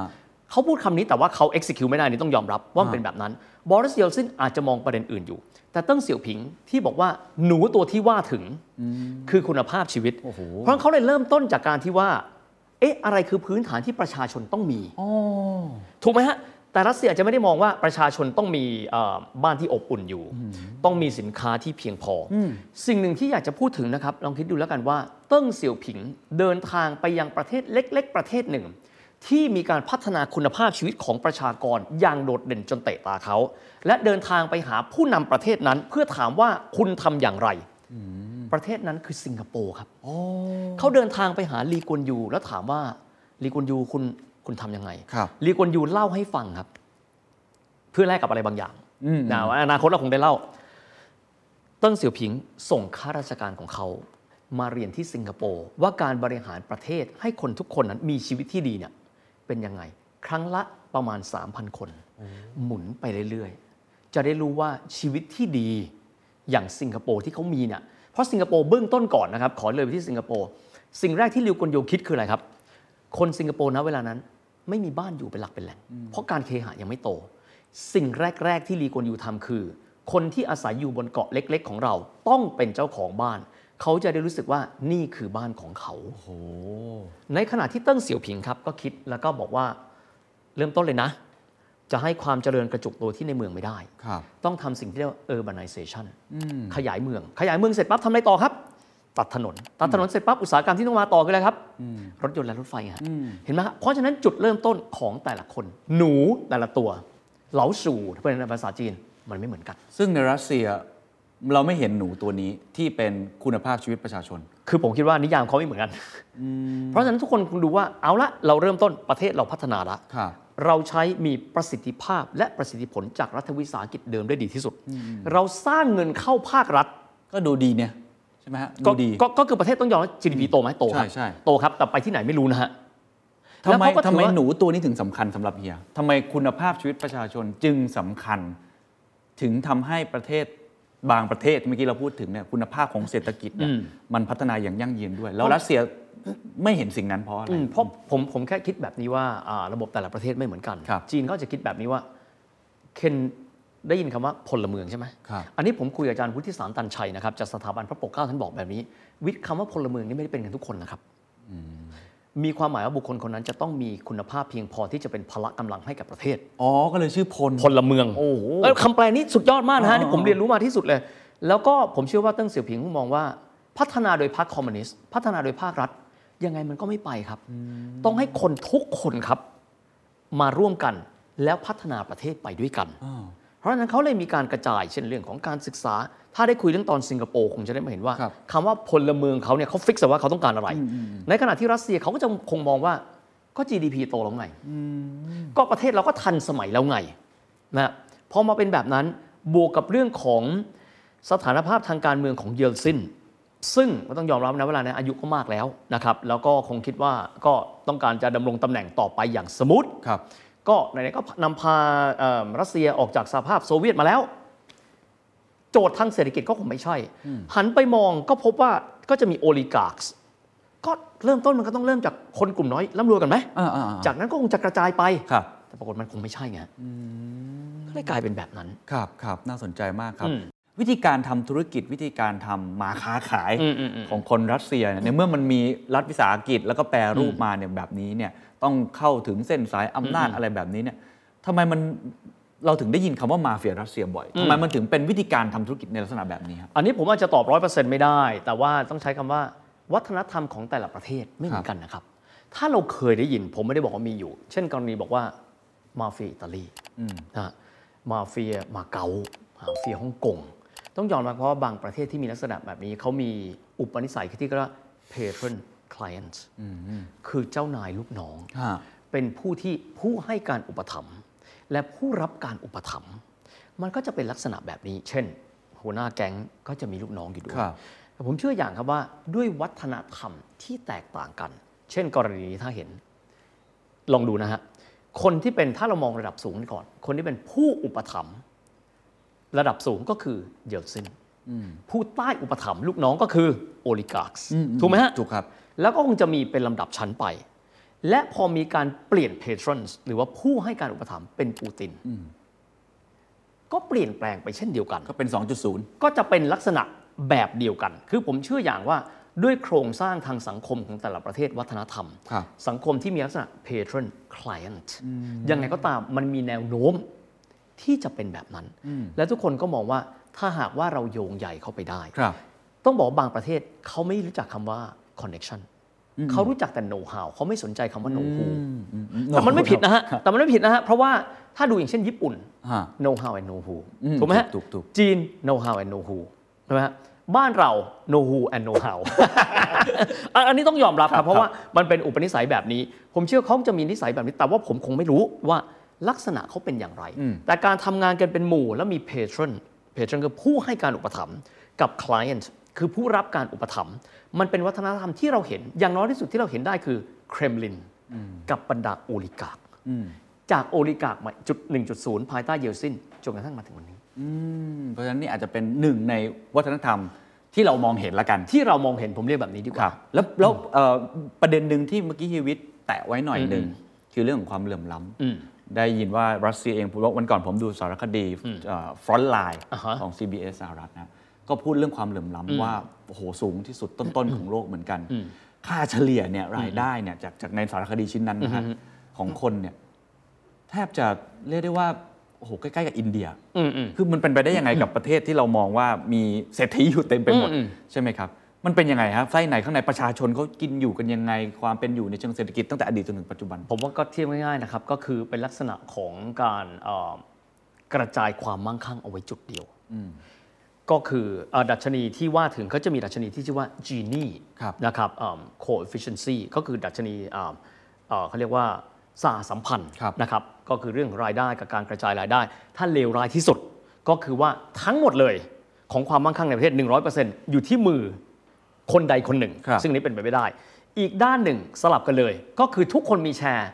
Speaker 3: เขาพูดคำนี้แต่ว่าเขา execute ไม่ได้นี่ต้องยอมรับว่ามันเป็นแบบนั้นบอริส เยลซินอาจจะมองประเด็นอื่นอยู่แต่เติ้งเสี่ยวผิงที่บอกว่าหนูตัวที่ว่าถึงคือคุณภาพชีวิตเพราะเขาเลยเริ่มต้นจากการที่ว่าอะไรคือพื้นฐานที่ประชาชนต้องมีถูกไหมฮะแต่รัสเซียอาจจะไม่ได้มองว่าประชาชนต้องมีบ้านที่อบอุ่นอยู่ต้องมีสินค้าที่เพียงพอสิ่งหนึ่งที่อยากจะพูดถึงนะครับลองคิดดูแล้วกันว่าเติ้งเสี่ยวผิงเดินทางไปยังประเทศเล็กๆประเทศหนึ่งที่มีการพัฒนาคุณภาพชีวิตของประชากรอย่างโดดเด่นจนเตะตาเขาและเดินทางไปหาผู้นำประเทศนั้นเพื่อถามว่าคุณทำอย่างไรประเทศนั้นคือสิงคโปร์ครับเขาเดินทางไปหาลีกวนยูแล้วถามว่าลีกวนยูคุณทำยังไงลีกวนยูเล่าให้ฟังครับเพื่อแลกกับอะไรบางอย่างนะว่าอนาคตเราคงได้เล่าเติ้งเสี่ยวผิงส่งข้าราชการของเขามาเรียนที่สิงคโปร์ว่าการบริหารประเทศให้คนทุกคนนั้นมีชีวิตที่ดีเนี่ยเป็นยังไงครั้งละประมาณ 3,000 คนหมุนไปเรื่อยๆจะได้รู้ว่าชีวิตที่ดีอย่างสิงคโปร์ที่เขามีเนี่ยเพราะสิงคโปร์เบื้องต้นก่อนนะครับขอเลยไปที่สิงคโปร์สิ่งแรกที่ลีกวนยูคิดคืออะไรครับคนสิงคโปร์ณเวลานั้นไม่มีบ้านอยู่เป็นหลักเป็นแหล่งเพราะการเคหะยังไม่โตสิ่งแรกๆที่ลีกวนยูทำคือคนที่อาศัยอยู่บนเกาะเล็กๆของเราต้องเป็นเจ้าของบ้านเขาจะได้รู้สึกว่านี่คือบ้านของเขาในขณะที่เติ้งเสี่ยวผิงครับก็คิดแล้วก็บอกว่าเริ่มต้นเลยนะจะให้ความเจริญกระจุกตัวที่ในเมืองไม่ได้ต้องทำสิ่งที่เรียกว่า urbanization ขยายเมืองเสร็จปั๊บทำอะไรต่อครับตัดถนนเสร็จปั๊บอุตสาหกรรมที่ต้องมาต่อคืออะไรครับรถยนต์และรถไฟฮะเห็นไหมครับเพราะฉะนั้นจุดเริ่มต้นของแต่ละคนหนูแต่ละตัวเหลาสู่เป็นภาษาจีนมันไม่เหมือนกัน
Speaker 2: ซึ่งในรัสเซียเราไม่เห็นหนูตัวนี้ที่เป็นคุณภาพชีวิตประชาชน
Speaker 3: คือผมคิดว่านิยามเขาไม่เหมือนกันเพราะฉะนั้นทุกคนคงดูว่าเอาละเราเริ่มต้นประเทศเราพัฒนาละเราใช้มีประสิทธิภาพและประสิทธิผลจากรัฐวิสาหกิจเดิมได้ดีที่สุดเราสร้างเงินเข้าภาครัฐ
Speaker 2: ก็ดูดีเนี่ยใช่ไหมฮะ
Speaker 3: ดูดีก็คือประเทศต้องยอมว่า GDP โตไหมโตครับโตครับแต่ไปที่ไหนไม่รู้นะฮะ
Speaker 2: ทำไมหนูตัวนี้ถึงสำคัญสำหรับเฮียทำไมคุณภาพชีวิตประชาชนจึงสำคัญถึงทำให้ประเทศบางประเทศเมื่อกี้เราพูดถึงเนี่ยคุณภาพของเศรษฐกิจเนี่ยมันพัฒนาอย่างยั่งยืนด้วยแล้วรัสเซียไม่เห็นสิ่งนั้นเพราะอะไร
Speaker 3: เพราะผมแค่คิดแบบนี้ว่าระบบแต่ละประเทศไม่เหมือนกันจีนก็จะคิดแบบนี้ว่าเคนได้ยินคำว่าพลเมืองใช่ไหมอันนี้ผมคุยกับอาจารย์วุฒิสารตันชัยนะครับจากสถาบันพระปกเกล้าท่านบอกแบบนี้คำว่าพลเมืองนี่ไม่ได้เป็นกันทุกคนนะครับมีความหมายว่าบุคคลคนนั้นจะต้องมีคุณภาพเพียงพอที่จะเป็นพละกำลังให้กับประเทศ
Speaker 2: ก็เลยชื่อ
Speaker 3: พลเมืองโอ้โหคำแปลนี้สุดยอดมากนะฮะที่ผมเรียนรู้มาที่สุดเลยแล้วก็ผมเชื่อว่าเติ้งเสี่ยวผิงมองว่าพัฒนาโดยพรรคคอมมิวนิสต์พัฒนาโดยภาครัฐยังไงมันก็ไม่ไปครับต้องให้คนทุกคนครับมาร่วมกันแล้วพัฒนาประเทศไปด้วยกันเพราะฉะนั้นเขาเลยมีการกระจายเช่นเรื่องของการศึกษาถ้าได้คุยเรื่องตอนสิงคโปร์คงจะได้มาเห็นว่าคำว่าพลเมืองเขาเนี่ยเขาฟิกซ์ว่าเขาต้องการอะไรในขณะที่รัสเซียเขาก็จะคงมองว่าก็ GDP โตแล้วไงก็ประเทศเราก็ทันสมัยแล้วไงนะพอมาเป็นแบบนั้นบวกกับเรื่องของสถานภาพทางการเมืองของเยลซินซึ่งก็ต้องยอมรับนะเวลานั้นอายุก็มากแล้วนะครับแล้วก็คงคิดว่าก็ต้องการจะดำรงตำแหน่งต่อไปอย่างสมูทก็ไหนๆก็นำพารัสเซียออกจากสหภาพโซเวียตมาแล้วโจทย์ทางเศรษฐกิจก็คงไม่ใช่หันไปมองก็พบว่าก็จะมีโอลิการ์คก็เริ่มต้นมันก็ต้องเริ่มจากคนกลุ่มน้อยร่ำรวยกันไหมจากนั้นก็คงจะกระจายไปแต่ปรากฏมันคงไม่ใช่ไงก็เลยกลายเป็นแบบนั้น
Speaker 2: ครับน่าสนใจมากครับวิธีการทำธุรกิจวิธีการทำมาค้าขายของคนรัสเซียในเมื่อมันมีรัฐวิสาหกิจแล้วก็แปรรูปมาเนี่ยแบบนี้เนี่ยต้องเข้าถึงเส้นสายอำนาจอะไรแบบนี้เนี่ยทำไมเราถึงได้ยินคำว่ามาเฟียรัสเซียบ่อยทำไมมันถึงเป็นวิธีการทำธุรกิจในลักษณะแบบนี้ครับ
Speaker 3: อันนี้ผมอาจจะตอบ 100% ไม่ได้แต่ว่าต้องใช้คำว่าวัฒนธรรมของแต่ละประเทศไม่เหมือนกันนะครับถ้าเราเคยได้ยินผมไม่ได้บอกว่ามีอยู่เช่นกรณีบอกว่ามาเฟียอิตาลีนะมาเฟียมาเก๊ามาเฟียฮ่องกงต้องยอมรับเพราะว่าบางประเทศที่มีลักษณะแบบนี้เขามีอุปนิสัยที่เรียกว่า patron client คือเจ้านายลูกน้องเป็นผู้ให้การอุปถัมภ์และผู้รับการอุปถัมภ์มันก็จะเป็นลักษณะแบบนี้เช่นหัวหน้าแก๊งก็จะมีลูกน้องอยู่ด้วยแต่ผมเชื่ออย่างครับว่าด้วยวัฒนธรรมที่แตกต่างกันเช่นกรณีนี้ถ้าเห็นลองดูนะฮะคนที่เป็นถ้าเรามองระดับสูงก่อนคนที่เป็นผู้อุปถัมภ์ระดับสูงก็คือเยลซินผู้ใต้อุปถัมภ์ลูกน้องก็คือโอลิการ์คถูกไหมฮะ
Speaker 2: ถูกครับ
Speaker 3: แล้วก็คงจะมีเป็นลำดับชั้นไปและพอมีการเปลี่ยน patrons หรือว่าผู้ให้การอุปถัมภ์เป็นปูตินก็เปลี่ยนแปลงไปเช่นเดียวกัน
Speaker 2: ก็เป็น 2.0
Speaker 3: ก็จะเป็นลักษณะแบบเดียวกันคือผมเชื่ออย่างว่าด้วยโครงสร้างทางสังคมของแต่ละประเทศวัฒนธรรมสังคมที่มีลักษณะ patron client ยังไงก็ตามมันมีแนวโน้มที่จะเป็นแบบนั้นและทุกคนก็มองว่าถ้าหากว่าเราโยงใหญ่เข้าไปได้ต้องบอกบางประเทศเขาไม่รู้จักคำว่า connection เขารู้จักแต่ know how เขาไม่สนใจคำว่า know who แต่มันไม่ผิดนะฮะเพราะว่าถ้าดูอย่างเช่นญี่ปุ่น know how and know who ถูกไหมฮะจีน know how and know who ใช่ไหมฮะบ้านเรา know who and know how อันนี้ต้องยอมรับครับเพราะว่ามันเป็นอุปนิสัยแบบนี้ผมเชื่อเขาจะมีนิสัยแบบนี้แต่ว่าผมคงไม่รู้ว่าลักษณะเขาเป็นอย่างไรแต่การทำงานกันเป็นหมู่แล้วมี patron คือผู้ให้การอุปถัมภ์กับ client คือผู้รับการอุปถัมภ์มันเป็นวัฒนธรรมที่เราเห็นอย่างน้อยที่สุดที่เราเห็นได้คือเครมลินกับบรรดาโอลิการ์คจากโอลิการ์คจุด 1.0 ภายใต้เยลซินจนกระทั่งมาถึงวันนี้
Speaker 2: เพราะฉะนั้นนี่อาจจะเป็นหนึ่งในวัฒนธรรมที่เรามองเห็นละกัน
Speaker 3: ที่เรามองเห็นผมเรียกแบบนี้ดีกว่า
Speaker 2: แล้วประเด็นหนึ่งที่เมื่อกี้ฮีวิตแตะไว้หน่อยหนึ่งคือเรื่องของความเหลื่อมล้ำได้ยินว่ารัสเซียเองวันก่อนผมดูสารคดีฟรอนต์ไลน์ของ CBS สหรัฐนะก็พูดเรื่องความเหลื่อมล้ำว่าโอ้โหสูงที่สุดต้นๆของโลกเหมือนกันค่าเฉลี่ยเนี่ยรายได้เนี่ยจากในสารคดีชิ้นนั้นนะฮะของคนเนี่ยแทบจะเรียกได้ว่าโอ้โหใกล้ๆกับอินเดียคือมันเป็นไปได้ยังไงกับประเทศที่เรามองว่ามีเศรษฐีอยู่เต็มไปหมดใช่ไหมครับมันเป็นยังไงครับไส้ในข้างในประชาชนเขากินอยู่กันยังไงความเป็นอยู่ในเชิงเศรษฐกิจตั้งแต่อดีตจนถึงปัจจุบัน
Speaker 3: ผมว่าก็เทียบง่ายๆนะครับก็คือเป็นลักษณะของการกระจายความมั่งคั่งเอาไว้จุดเดียวก็คือดัชนีที่ว่าถึงเขาจะมีดัชนีที่ชื่อว่า Gini นะครับ coefficiency ก็คือดัชนีเขาเรียกว่าสหสัมพันธ์นะครับก็คือเรื่องรายได้กับการกระจายรายได้ถ้าเลวร้ายที่สุดก็คือว่าทั้งหมดเลยของความมั่งคั่งในประเทศ 100% อยู่ที่มือคนใดคนหนึ่งซึ่งนี้เป็นไปไม่ได้อีกด้านหนึ่งสลับกันเลยก็คือทุกคนมีแชร์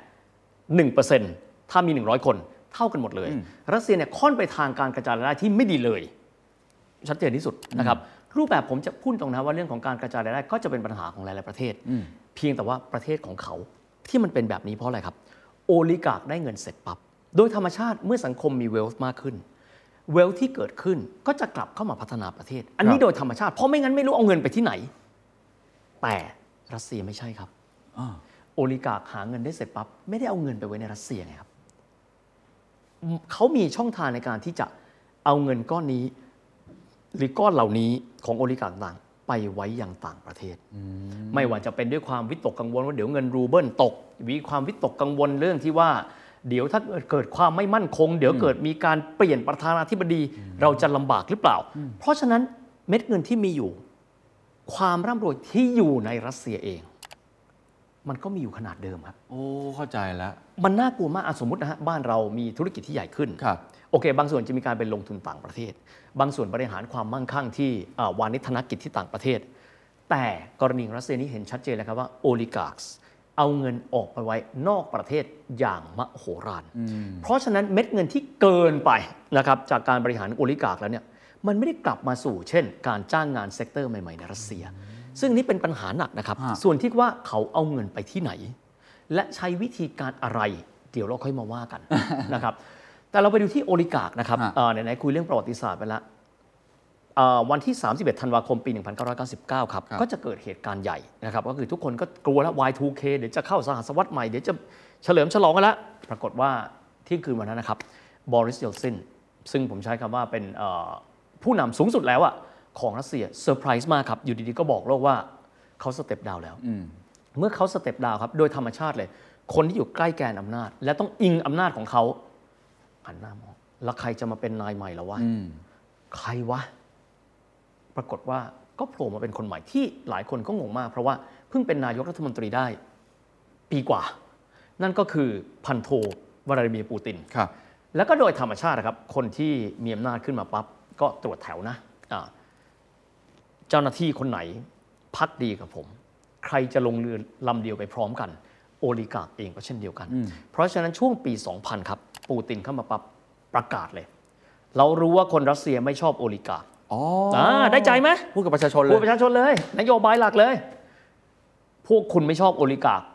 Speaker 3: 1% ถ้ามี100คนเท่ากันหมดเลยรัสเซียเนี่ยค่อนไปทางการกระจายรายได้ที่ไม่ดีเลยชัดเจนที่สุดนะครับรูปแบบผมจะพูดตรงนะว่าเรื่องของการกระจายรายได้ก็จะเป็นปัญหาของหลายๆประเทศเพียงแต่ว่าประเทศของเขาที่มันเป็นแบบนี้เพราะอะไรครับโอลิการ์คได้เงินเสร็จปั๊บโดยธรรมชาติเมื่อสังคมมีเวลส์มากขึ้นเวลส์ที่เกิดขึ้นก็จะกลับเข้ามาพัฒนาประเทศอันนี้โดยธรรมชาติเพราะไม่งั้นไม่รู้เอาเงินไปที่ไหนแต่รัสเซียไม่ใช่ครับโอลิการ์คหาเงินได้เสร็จปั๊บไม่ได้เอาเงินไปไว้ในรัสเซียไงครับเขามีช่องทางในการที่จะเอาเงินก้อนนี้หรือก้อนเหล่านี้ของโอลิการ์คต่างไปไว้ยังต่างประเทศไม่ว่าจะเป็นด้วยความวิตกกังวลว่าเดี๋ยวเงินรูเบิลตกมีความวิตกกังวลเรื่องที่ว่าเดี๋ยวถ้าเกิดความไม่มั่นคงเดี๋ยวเกิดมีการเปลี่ยนประธานาธิบดีเราจะลำบากหรือเปล่าเพราะฉะนั้นเม็ดเงินที่มีอยู่ความร่ำรวยที่อยู่ในรัสเซียเองมันก็มีอยู่ขนาดเดิมครับ
Speaker 2: โอ้เข้าใจแล้ว
Speaker 3: มันน่ากลัวมากสมมตินะฮะบ้านเรามีธุรกิจที่ใหญ่ขึ้นโอเคบางส่วนจะมีการไปลงทุนต่างประเทศบางส่วนบริหารความมั่งคั่งที่วานิชธนกิจที่ต่างประเทศแต่กรณีรัสเซียนี้เห็นชัดเจนแล้วครับว่าโอลิการ์คเอาเงินออกไปไว้นอกประเทศอย่างมโหฬารเพราะฉะนั้นเม็ดเงินที่เกินไปนะครับจากการบริหารโอลิการ์คแล้วเนี่ยมันไม่ได้กลับมาสู่เช่นการจ้างงานเซกเตอร์ใหม่ๆในรัสเซียซึ่งนี่เป็นปัญหาหนักนะครับส่วนที่ว่าเขาเอาเงินไปที่ไหนและใช้วิธีการอะไรเดี๋ยวเราค่อยมาว่ากันนะครับแต่เราไปดูที่โอลิการ์คนะครับไหนๆคุยเรื่องประวัติศาสตร์ไปแล้ววันที่31ธันวาคมปี1999ครับก็จะเกิดเหตุการณ์ใหญ่นะครับก็คือทุกคนก็กลัวแล้ว Y2K เดี๋ยวจะเข้าสหศตวรรษใหม่เดี๋ยวจะเฉลิมฉลองกันแล้วปรากฏว่าเที่ยงคืนวันนั้นนะครับบอริส เยลซินซึ่งผมใช้คำว่าเป็นผู้นำสูงสุดแล้วของรัสเซียเซอร์ไพรส์มากครับอยู่ดีๆก็บอกโลกว่าเขาสเต็ปดาวน์แล้วเมื่อเขาสเต็ปดาวน์ครับโดยธรรมชาติเลยคนที่อยู่ใกล้แกนอำนาจและต้องอิงอำนาจของเขาหันหน้ามองแล้วใครจะมาเป็นนายใหม่แล้ววะใครวะปรากฏว่าก็โผล่มาเป็นคนใหม่ที่หลายคนก็งงมากเพราะว่าเพิ่งเป็นนายกรัฐมนตรีได้ปีกว่านั่นก็คือพันโทวลาดิเมียร์ปูตินแล้วก็โดยธรรมชาติครับคนที่มีอำนาจขึ้นมาปั๊บก็ตรวจแถวนะเจ้าหน้าที่คนไหนพักดีกับผมใครจะลงเรือลำเดียวไปพร้อมกันโอลิการ์คเองก็เช่นเดียวกันเพราะฉะนั้นช่วงปี 2000 ครับปูตินเข้ามาปั๊บประกาศเลยเรารู้ว่าคนรัสเซียไม่ชอบโอลิการ์คได้ใจไหม
Speaker 2: พูดกับประชาชนเลย
Speaker 3: พูดประชาชนเลยนโยบายหลักเลยพวกคุณไม่ชอบโอลิการ์ค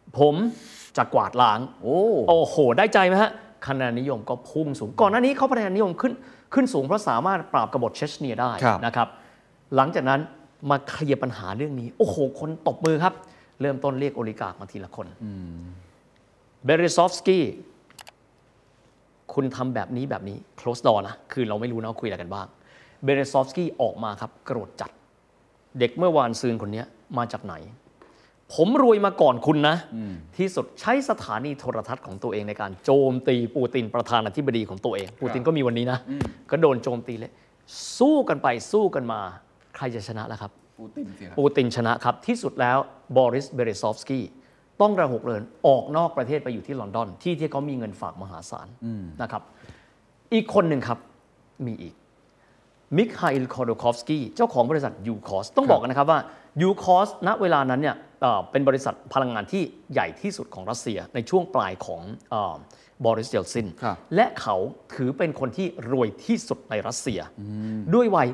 Speaker 3: ผมจะกวาดล้าง
Speaker 2: โอ้
Speaker 3: โหได้ใจไหมฮะคะแนนนิยมก็พุ่งสูงก่อนหน้านี้เขาคะแนนนิยมขึ้นสูงเพราะสามารถปราบกบฏเชชเนียได้นะครับหลังจากนั้นมาเคลียร์ปัญหาเรื่องนี้โอ้โหคนตบมือครับเริ่มต้นเรียกโอลิการ์คมาทีละคนเบริซอฟสกี้คุณทำแบบนี้ close door นะคือเราไม่รู้นะคุยอะไรกันบ้างเบริซอฟสกี้ออกมาครับโกรธจัดเด็กเมื่อวานซืนคนนี้มาจากไหนผมรวยมาก่อนคุณนะที่สุดใช้สถานีโทรทัศน์ของตัวเองในการโจมตีปูตินประธานาธิบดีของตัวเองปูตินก็มีวันนี้นะก็โดนโจมตีเลยสู้กันไปสู้กันมาใครจะชนะล่ะครับปูตินชนะครับที่สุดแล้วบอริสเบเรซอฟสกี้ต้องระหกเหินออกนอกประเทศไปอยู่ที่ลอนดอนที่เขามีเงินฝากมหาศาลนะครับอีกคนหนึ่งครับมีอีกมิคาอิล คอร์โดคอฟสกี้เจ้าของบริษัทยูคอสต้องบอกกันนะครับว่ายูคอสณเวลานั้นเนี่ยเป็นบริษัทพลังงานที่ใหญ่ที่สุดของรัสเซียในช่วงปลายของบอริส เยลซินและเขาถือเป็นคนที่รวยที่สุดในรัสเซียด้วยวัย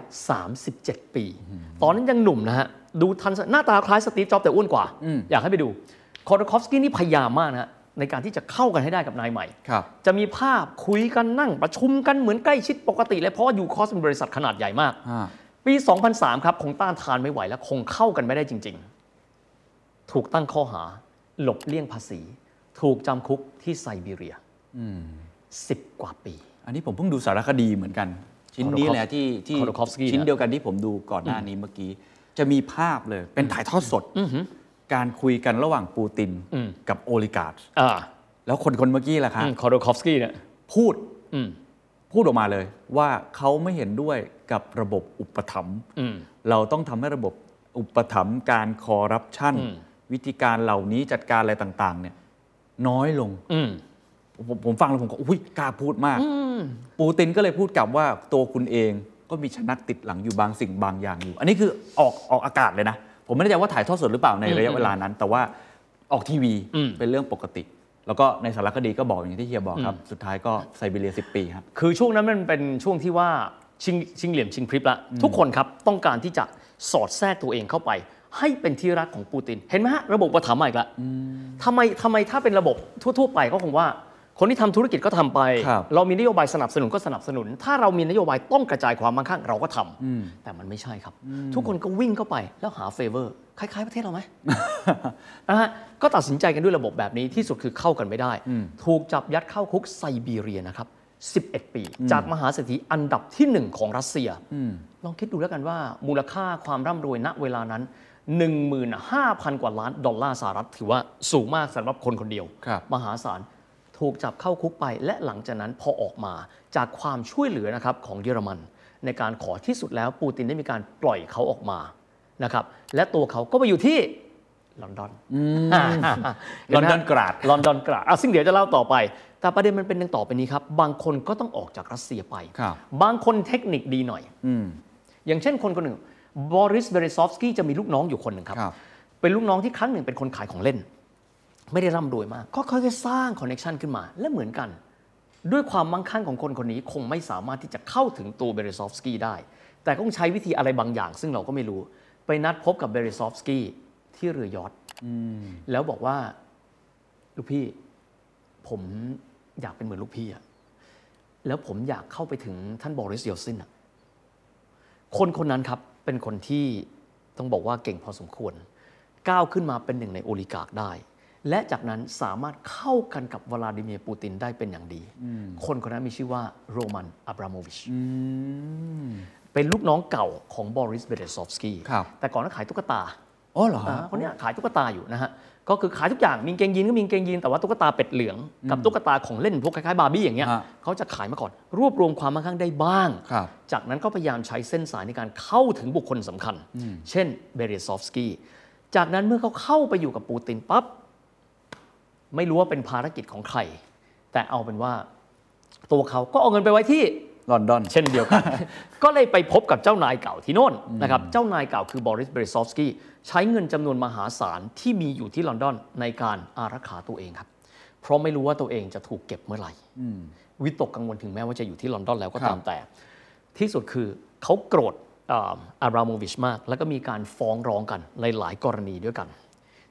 Speaker 3: 37 ปีตอนนั้นยังหนุ่มนะฮะดูทันหน้าตาคล้ายสตีฟ จ็อบส์แต่อ้วนกว่าอยากให้ไปดูคอร์โดคอฟสกี้นี่พยายามมากนะในการที่จะเข้ากันให้ได้กับนายใหม่จะมีภาพคุยกันนั่งประชุมกันเหมือนใกล้ชิดปกติเลยเพราะว่ายูคอสเป็นบริษัทขนาดใหญ่มากปี 2003 ครับคงต้านทานไม่ไหวแล้วคงเข้ากันไม่ได้จริงๆถูกตั้งข้อหาหลบเลี่ยงภาษีถูกจำคุกที่ไซบีเรีย10 กว่าปี
Speaker 2: อันนี้ผมเพิ่งดูสารคดีเหมือนกันชิ้นนี้แหละที่ชิ้นเดียวกันที่ผมดูก่อนหน้านี้เมื่อกี้จะมีภาพเลยเป็นถ่ายทอดสดการคุยกันระหว่างปูตินกับโอลิการ์คแล้วคนเมื่อกี้แหละครับ
Speaker 3: คอร์โดคอฟสกี้เนี่ย
Speaker 2: พูดออกมาเลยว่าเขาไม่เห็นด้วยกับระบบอุปถัมภ์เราต้องทำให้ระบบอุปถัมภ์การคอร์รัปชันวิธีการเหล่านี้จัดการอะไรต่างๆเนี่ยน้อยลงผมฟังแล้วผมก็อุ้ยกล้าพูดมากปูตินก็เลยพูดกลับว่าตัวคุณเองก็มีชนักติดหลังอยู่บางสิ่งบางอย่างอยู่อันนี้คือออกอากาศเลยนะผมไม่แน่ใจว่าถ่ายทอดสดหรือเปล่าในระยะเวลานั้นแต่ว่าออกทีวีเป็นเรื่องปกติแล้วก็ในสารคดีก็บอกอย่างที่เฮียบอกครับสุดท้ายก็ไซบีเรีย10 ปีครับ
Speaker 3: คือช่วงนั้นมันเป็นช่วงที่ว่าชิงเหลี่ยมชิงพริบละทุกคนครับต้องการที่จะสอดแทรกตัวเองเข้าไปให้เป็นที่รักของปูตินเห็นไหมฮะระบบอุปถัมภ์มาอีกละทำไมถ้าเป็นระบบทั่วๆไปก็คงว่าคนที่ทำธุรกิจก็ทำไปเรามีนโยบายสนับสนุนก็สนับสนุนถ้าเรามีนโยบายต้องกระจายความมั่งคั่งเราก็ทำแต่มันไม่ใช่ครับทุกคนก็วิ่งเข้าไปแล้วหาเฟเวอร์คล้ายๆประเทศเราไหม นะฮะก็ตัดสินใจกันด้วยระบบแบบนี้ที่สุดคือเข้ากันไม่ได้ถูกจับยัดเข้าคุกไซบีเรียนะครับ11 ปีจากมหาเศรษฐีอันดับที่1ของรัสเซียลองคิดดูแล้วกันว่ามูลค่าความร่ำรวยณเวลานั้น 15,000 กว่าล้านดอลลาร์สหรัฐถือว่าสูงมากสำหรับคนคนเดียวมหาศาลถูกจับเข้าคุกไปและหลังจากนั้นพอออกมาจากความช่วยเหลือนะครับของเยอรมันในการขอที่สุดแล้วปูตินได้มีการปล่อยเขาออกมานะครับและตัวเขาก็ไปอยู่ที่ลอนดอน
Speaker 2: ลอนดอนกราด
Speaker 3: ซึ่งเดี๋ยวจะเล่าต่อไปแต่ประเด็นมันเป็นดังต่อไปนี้ครับบางคนก็ต้องออกจากรัสเซียไปบางคนเทคนิคดีหน่อยอย่างเช่นคนหนึ่งบอริส เบเรซอฟสกี้จะมีลูกน้องอยู่คนหนึ่งครับเป็นลูกน้องที่ครั้งหนึ่งเป็นคนขายของเล่นไม่ได้ร่ำรวยมากก็ค่อยๆสร้างคอนเนคชันขึ้นมาและเหมือนกันด้วยความมั่งคั่งของคนนี้คงไม่สามารถที่จะเข้าถึงตัวเบเรซอฟสกี้ได้แต่ต้องใช้วิธีอะไรบางอย่างซึ่งเราก็ไม่รู้ไปนัดพบกับเบเรซอฟสกี้ที่เรือยอชต์แล้วบอกว่าลูกพี่ผมอยากเป็นเหมือนลูกพี่อะแล้วผมอยากเข้าไปถึงท่านบอริส เยลซินอะคนนั้นครับเป็นคนที่ต้องบอกว่าเก่งพอสมควรก้าวขึ้นมาเป็นหนึ่งในโอลิการ์คได้และจากนั้นสามารถเข้ากันกับวลาดิเมียร์ปูตินได้เป็นอย่างดีคนนั้นมีชื่อว่าโรมัน อับราโมวิชเป็นลูกน้องเก่าของบอริส เบเรซอฟสกี้แต่ก่อนนั้นขายตุ๊กตา
Speaker 2: อ๋อเหรอ
Speaker 3: คนนี้ขายตุ๊กตาอยู่นะฮะก็คือขายทุกอย่างมีกางเกงยีนก็มีกางเกงยีนแต่ว่าตุ๊กตาเป็ดเหลืองกับตุ๊กตาของเล่นพวกคล้ายๆบาร์บี้อย่างเงี้ยเขาจะขายมาก่อนรวบรวมความมั่งคั่งได้บ้างจากนั้นก็พยายามใช้เส้นสายในการเข้าถึงบุคคลสำคัญเช่นเบเรซอฟสกี้จากนั้นเมื่อเขาเข้าไปอยู่กับปูตินปั๊บไม่รู้ว่าเป็นภารกิจของใครแต่เอาเป็นว่าตัวเขาก็เอาเงินไปไว้ที่
Speaker 2: ลอนดอน
Speaker 3: เช่นเดียวกัน ก็เลยไปพบกับเจ้านายเก่าที่โน่นนะครับเจ้านายเก่าคือบอริส เบเรซอฟสกี้ใช้เงินจำนวนมหาศาลที่มีอยู่ที่ลอนดอนในการอารักขาตัวเองครับเพราะไม่รู้ว่าตัวเองจะถูกเก็บเมื่อไหร่วิตกกังวลถึงแม้ว่าจะอยู่ที่ลอนดอนแล้วก็ตามแต่ที่สุดคือเขาโกรธอับราโมวิชมากแล้วก็มีการฟ้องร้องกันในหลายกรณีด้วยกัน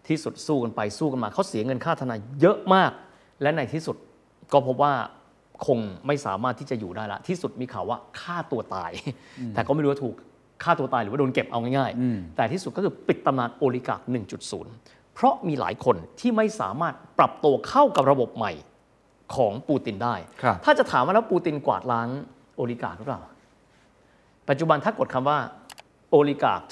Speaker 3: ที่สุดสู้กันไปสู้กันมาเขาเสียเงินค่าทนายเยอะมากและในที่สุดก็พบว่าคงไม่สามารถที่จะอยู่ได้ละที่สุดมีข่าวว่าฆ่าตัวตายแต่ก็ไม่รู้ว่าถูกฆ่าตัวตายหรือว่าโดนเก็บเอาง่ายๆแต่ที่สุดก็คือปิดตำนานโอลิการ์ค 1.0 เพราะมีหลายคนที่ไม่สามารถปรับตัวเข้ากับระบบใหม่ของปูตินได้ถ้าจะถามว่าแล้วปูตินกวาดล้างโอลิการ์คหรือเปล่าปัจจุบันถ้ากดคำว่าโอลิการ์ค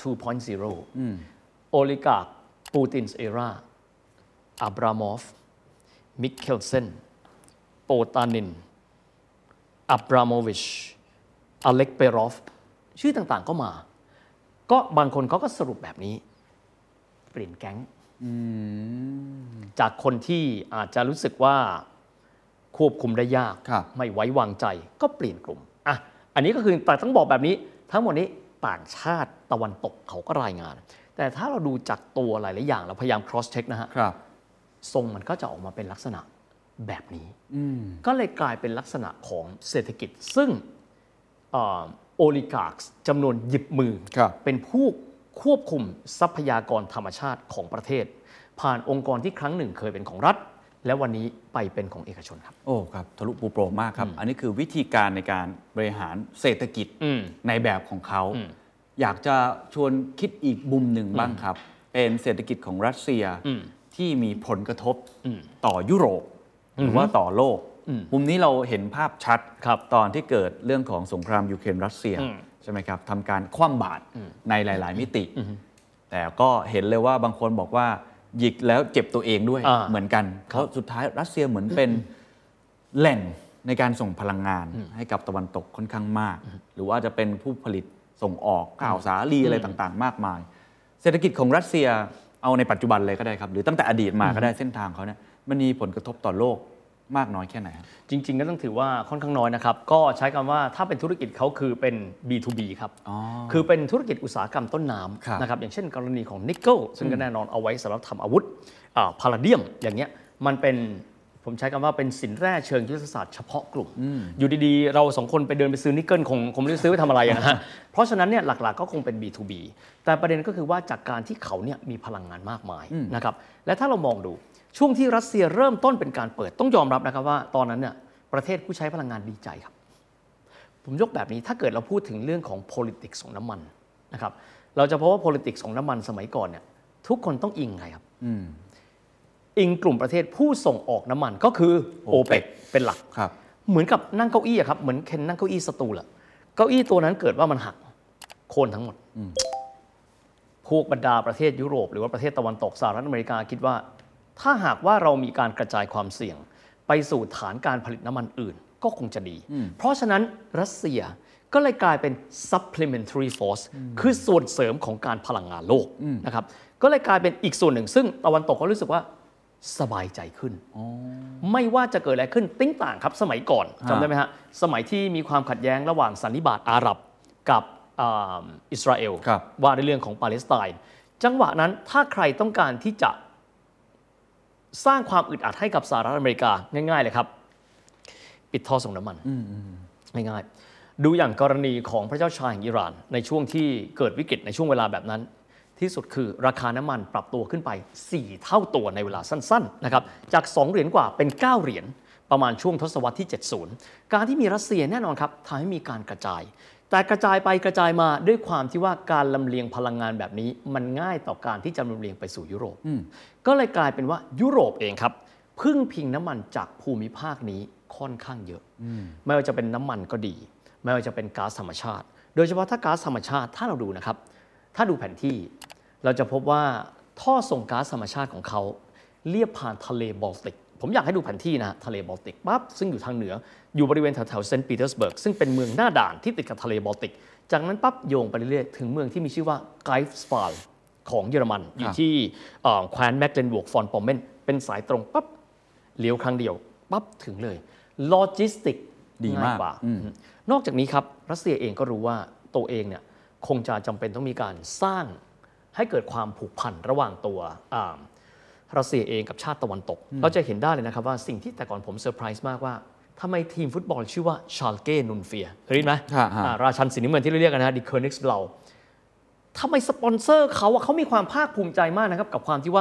Speaker 3: 2.0 โอลิการ์คปูตินส์เอราอับรามอฟมิเคลเซนโปตานินอับราโมวิชอเล็กเปรอฟชื่อต่างๆก็มาก็บางคนเขาก็สรุปแบบนี้เปลี่ยนแก๊งจากคนที่อาจจะรู้สึกว่าควบคุมได้ยากไม่ไว้วางใจก็เปลี่ยนกลุ่มอ่ะอันนี้ก็คือแต่ต้องบอกแบบนี้ทั้งหมดนี้ต่างชาติตะวันตกเขาก็รายงานแต่ถ้าเราดูจากตัวหลายๆอย่างเราพยายาม cross check นะฮะทรงมันก็จะออกมาเป็นลักษณะแบบนี้ก็เลยกลายเป็นลักษณะของเศรษฐกิจซึ่งโอลิการ์คจำนวนหยิบมือเป็นผู้ควบคุมทรัพยากรธรรมชาติของประเทศผ่านองค์กรที่ครั้งหนึ่งเคยเป็นของรัฐและวันนี้ไปเป็นของเอกชนครับ
Speaker 2: โอ้ครับทะลุปูโปร่งมากครับอันนี้คือวิธีการในการบริหารเศรษฐกิจในแบบของเขาอยากจะชวนคิดอีกมุมหนึ่งบ้างครับเป็นเศรษฐกิจของรัสเซียที่มีผลกระทบต่อยุโรปหรือว่าต่อโลกมุมนี้เราเห็นภาพชัดตอนที่เกิดเรื่องของสงครามยูเครนรัสเซียใช่ไหมครับทำการคว่ำบาตรในหลายๆมิติแต่ก็เห็นเลยว่าบางคนบอกว่าหยิกแล้วเจ็บตัวเองด้วยเหมือนกันเพราะสุดท้ายรัสเซียเหมือนเป็นแหล่งในการส่งพลังงานให้กับตะวันตกค่อนข้างมากหรือว่าจะเป็นผู้ผลิตส่งออกข้าวสาลีอะไรต่างๆมากมายเศรษฐกิจของรัสเซียเอาในปัจจุบันเลยก็ได้ครับหรือตั้งแต่อดีตมาก็ได้เส้นทางเขาเนี่ยมันมีผลกระทบต่อโลกมากน้อยแค่ไหน
Speaker 3: จริงๆก็ต้องถือว่าค่อนข้างน้อยนะครับก็ใช้คำว่าถ้าเป็นธุรกิจเขาคือเป็น B2B ครับคือเป็นธุรกิจอุตสาหกรรมต้นน้ำนะครับอย่างเช่นกรณีของนิกเกิลซึ่งก็แน่นอนเอาไว้สำหรับทำอาวุธพาราเดียมอย่างเงี้ยมันเป็นผมใช้คำว่าเป็นสินแร่เชิงยุทธศาสตร์เฉพาะกลุ่มอยู่ดีๆเราสองคนไปเดินไปซื้อนิกเกิลคงไม่ได้ซื้อไปทำอะไรนะฮะเพราะฉะนั้นเนี่ยหลักๆก็คงเป็น B2B แต่ประเด็นก็คือว่าจากการที่เขาเนี่ยมีพลังงานมากมายนะครับและถ้าเรามองดูช่วงที่รัสเซียเริ่มต้นเป็นการเปิดต้องยอมรับนะครับว่าตอนนั้นเนี่ยประเทศผู้ใช้พลังงานดีใจครับผมยกแบบนี้ถ้าเกิดเราพูดถึงเรื่องของ politics ของน้ำมันนะครับเราจะพบว่า politics ของน้ำมันสมัยก่อนเนี่ยทุกคนต้องอิงใครครับอิงกลุ่มประเทศผู้ส่งออกน้ำมันก็คือโอเปกเป็นหลักเหมือนกับนั่งเก้าอี้ครับเหมือนเคนนั่งเก้าอี้สตูลอะเก้าอี้ตัวนั้นเกิดว่ามันหักโค่นทั้งหมดพวกบรรดาประเทศยุโรปหรือว่าประเทศตะวันตกสหรัฐอเมริกาคิดว่าถ้าหากว่าเรามีการกระจายความเสี่ยงไปสู่ฐานการผลิตน้ำมันอื่นก็คงจะดีเพราะฉะนั้นรัสเซียก็เลยกลายเป็น supplementary force คือส่วนเสริมของการพลังงานโลกนะครับก็เลยกลายเป็นอีกส่วนหนึ่งซึ่งตะวันตกก็รู้สึกว่าสบายใจขึ้นไม่ว่าจะเกิดอะไรขึ้นติ้งต่างครับสมัยก่อนจำได้ไหมฮะสมัยที่มีความขัดแย้งระหว่างสันนิบาตอาหรับกับอิสราเอลว่าในเรื่องของปาเลสไตน์จังหวะนั้นถ้าใครต้องการที่จะสร้างความอึดอัดให้กับสหรัฐอเมริกาง่ายๆเลยครับปิดท่อส่งน้ำมันง่ายๆดูอย่างกรณีของพระเจ้าชายแห่งอิหร่านในช่วงที่เกิดวิกฤตในช่วงเวลาแบบนั้นที่สุดคือราคาน้ำมันปรับตัวขึ้นไป4เท่าตัวในเวลาสั้นๆนะครับจาก2เหรียญกว่าเป็น9เหรียญประมาณช่วงทศวรรษที่70การที่มีรัสเซียแน่นอนครับทำให้มีการกระจายแต่กระจายไปกระจายมาด้วยความที่ว่าการลำเลียงพลังงานแบบนี้มันง่ายต่อการที่จะลำเลียงไปสู่ยุโรปก็เลยกลายเป็นว่ายุโรปเองครับพึ่งพิงน้ำมันจากภูมิภาคนี้ค่อนข้างเยอะไม่ว่าจะเป็นน้ำมันก็ดีไม่ว่าจะเป็นก๊าซธรรมชาติโดยเฉพาะถ้าก๊าซธรรมชาติถ้าเราดูนะครับถ้าดูแผนที่เราจะพบว่าท่อส่งก๊าซธรรมชาติของเขาเลียบผ่านทะเลบอลติกผมอยากให้ดูแผนที่นะทะเลบอลติกปั๊บซึ่งอยู่ทางเหนืออยู่บริเวณแถวๆเซนต์ปีเตอร์สเบิร์กซึ่งเป็นเมืองหน้าด่านที่ติดกับทะเลบอลติกจากนั้นปั๊บโยงไปเรื่อยๆถึงเมืองที่มีชื่อว่าไกฟ์สฟาลของเยอรมันอยู่ที่แคว้นแมกเลนบวกฟอนปอมเมนเป็นสายตรงปั๊บเลี้ยวครั้งเดียวปั๊บถึงเลยโลจิสติกดีมากกว่านอกจากนี้ครับรัสเซียเองก็รู้ว่าตัวเองเนี่ยคงจะจำเป็นต้องมีการสร้างให้เกิดความผูกพันระหว่างตัวรัสเซียเองกับชาติตะวันตกเราจะเห็นได้เลยนะครับว่าสิ่งที่แต่ก่อนผมเซอร์ไพรส์มากว่าทำไมทีมฟุตบอลชื่อว่าชาร์ลเก้นุนเฟียเคยได้ยินไหมราชันสีน้ำเงินที่เราเรียกกันนะดิเคอร์นิกส์เบลาทำไมสปอนเซอร์เขามีความภาคภูมิใจมากนะครับกับความที่ว่า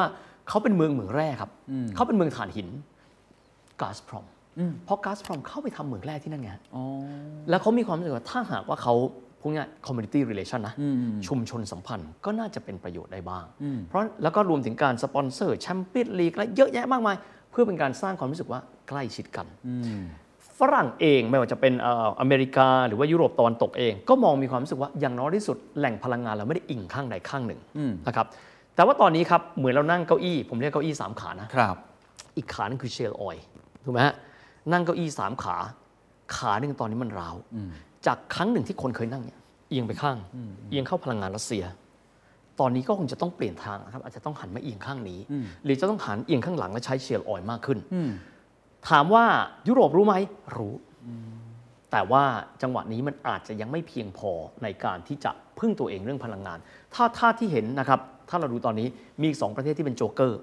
Speaker 3: เขาเป็นเมืองแร่ครับเขาเป็นเมืองถ่านหินก๊าซพรอมเพราะก๊าซพรอมเข้าไปทำเมืองแร่ที่นั่นไงแล้วเขามีความรู้สึกว่าถ้าหากว่าเขาพวกนี้ community relation นะชุมชนสัมพันธ์ก็น่าจะเป็นประโยชน์ได้บ้างเพราะแล้วก็รวมถึงการสปอนเซอร์แชมเปี้ยนลีกและเยอะแยะมากมายเพื่อเป็นการสร้างความรู้สึกว่าใกล้ชิดกันฝรั่งเองไม่ว่าจะเป็นอเมริกาหรือว่ายุโรปตะวันตกเองก็มองมีความรู้สึกว่าอย่างน้อยที่สุดแหล่งพลังงานเราไม่ได้อิงข้างใดข้างหนึ่งนะครับแต่ว่าตอนนี้ครับเหมือนเรานั่งเก้าอี้ผมเรียกเก้าอี้3ขานะครับอีกขานึงคือเชลออยล์ถูกไหมฮะนั่งเก้าอี้3ขาหนึ่งตอนนี้มันร้าวจากครั้งหนึ่งที่คนเคยนั่งเนี่ยเอียงไปข้างเอียงเข้าพลังงานรัสเซียตอนนี้ก็คงจะต้องเปลี่ยนทางนะครับอาจจะต้องหันมาเอียงข้างนี้หรือจะต้องหันเอียงข้างหลังและใช้เชลออยล์มากขึ้นถามว่ายุโรปรู้ไหมรู้แต่ว่าจังหวะนี้มันอาจจะยังไม่เพียงพอในการที่จะพึ่งตัวเองเรื่องพลังงานถ้าที่เห็นนะครับถ้าเราดูตอนนี้มี2ประเทศที่เป็นโจ๊กเกอร์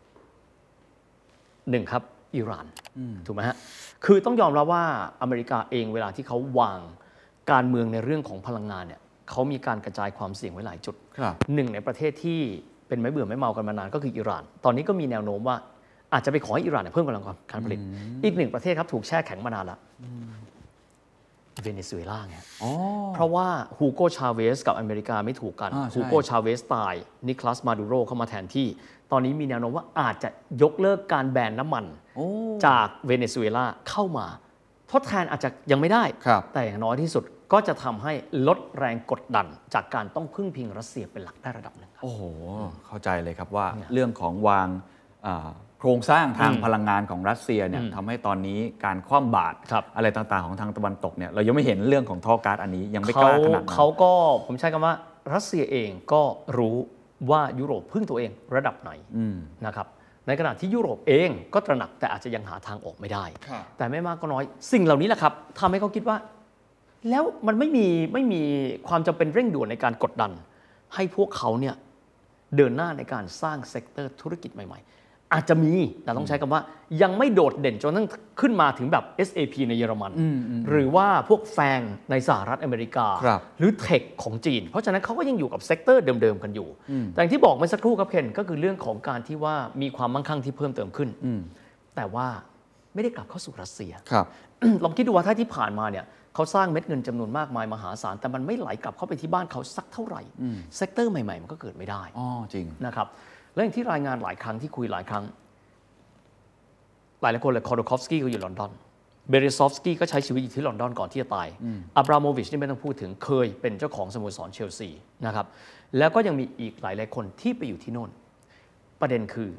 Speaker 3: 1ครับอิหร่านถูกไหมฮะคือต้องยอมรับว่าอเมริกาเองเวลาที่เขาวางการเมืองในเรื่องของพลังงานเนี่ยเขามีการกระจายความเสี่ยงไว้หลายจุดหนึ่งในประเทศที่เป็นไม่เบื่อไม่เมากันมานานก็คืออิหร่านตอนนี้ก็มีแนวโน้มว่าอาจจะไปขอให้อิหร่านเพิ่มกำลังการผลิตอีก1ประเทศครับถูกแช่แข็งมานานแล้วเวเนซุเอลาไงเพราะว่าฮูโกชาเวสกับอเมริกาไม่ถูกกันฮูโกชาเวสตายนิโคลัสมาดูโรเข้ามาแทนที่ตอนนี้มีแนวโน้มว่าอาจจะยกเลิกการแบนน้ำมันจากเวเนซุเอลาเข้ามาทดแทนอาจจะยังไม่ได้แต่อย่างน้อยที่สุดก็จะทำให้ลดแรงกดดันจากการต้องพึ่งพิงรัสเซียเป็นหลักได้ระดับหนึ่ง
Speaker 2: โอ้โหเข้าใจเลยครับว่าเรื่องของวางโครงสร้างทางพลังงานของรัสเซียเนี่ยทำให้ตอนนี้การคว่ำบาตรอะไรต่างๆของทางตะวันตกเนี่ยเรายังไม่เห็นเรื่องของท่อก๊าซอันนี้ยังไม่กล้าขนาดนั้น
Speaker 3: เขาก็ผมใช้คำว่ารัสเซียเองก็รู้ว่ายุโรปพึ่งตัวเองระดับไหนนะครับในขณะที่ยุโรปเองก็ตระหนักแต่อาจจะยังหาทางออกไม่ได้แต่ไม่มากก็น้อยสิ่งเหล่านี้แหละครับทำให้เขาคิดว่าแล้วมันไม่มีความจำเป็นเร่งด่วนในการกดดันให้พวกเขาเนี่ยเดินหน้าในการสร้างเซกเตอร์ธุรกิจใหม่ๆอาจจะมีแต่ต้องใช้คำว่ายังไม่โดดเด่นจนต้องขึ้นมาถึงแบบ SAP ในเยอรมันหรือว่าพวกแฟงในสหรัฐอเมริกาหรือเทคของจีนเพราะฉะนั้นเขาก็ยังอยู่กับเซกเตอร์เดิมๆกันอยู่แต่อย่างที่บอกเมื่อสักครู่ครับเคนก็คือเรื่องของการที่ว่ามีความมั่งคั่งที่เพิ่มเติมขึ้นแต่ว่าไม่ได้กลับเข้าสู่รัสเซียลองคิดดูว่าถ้าที่ผ่านมาเนี่ยเขาสร้างเม็ดเงินจำนวนมากมายมหาศาลแต่มันไม่ไหลกลับเข้าไปที่บ้านเขาสักเท่าไหร่เซกเตอร์ใหม่ๆมันก็เกิดไม่ได้
Speaker 2: จริง
Speaker 3: นะครับและอย่างที่รายงานหลายครั้งที่คุยหลายครั้งหลายคนเลยคอร์โดคอฟสกี้ก็อยู่ลอนดอนเบริซอฟสกี้ก็ใช้ชีวิตอยู่ที่ลอนดอนก่อนที่จะตายอับราโมวิชนี่ไม่ต้องพูดถึงเคยเป็นเจ้าของสโมสรเชลซีนะครับแล้วก็ยังมีอีกหลายคนที่ไปอยู่ที่โน่นประเด็นคือ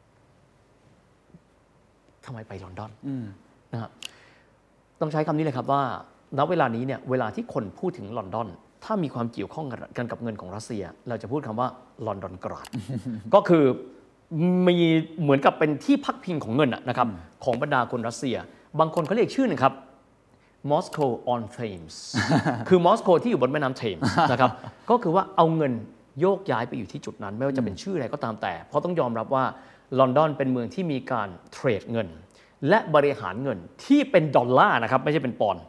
Speaker 3: ทำไมไปลอนดอนนะครับต้องใช้คำนี้เลยครับว่าณเวลานี้เนี่ยเวลาที่คนพูดถึงลอนดอนถ้ามีความเกี่ยวข้องกันกับเงินของรัสเซียเราจะพูดคำว่าลอนดอนกราด ก็คือมีเหมือนกับเป็นที่พักพิงของเงินนะครับของบรรดาคนรัสเซียบางคนเขาเรียกชื่อหนึ่งครับ Moscow on Thames คือมอสโกที่อยู่บนแม่น้ำเทมส์นะครับก็คือว่าเอาเงินโยกย้ายไปอยู่ที่จุดนั้นไม่ว่าจะเป็นชื่ออะไรก็ตามแต่เพราะต้องยอมรับว่าลอนดอนเป็นเมืองที่มีการเทรดเงินและบริหารเงินที่เป็นดอลลาร์นะครับไม่ใช่เป็นปอนด์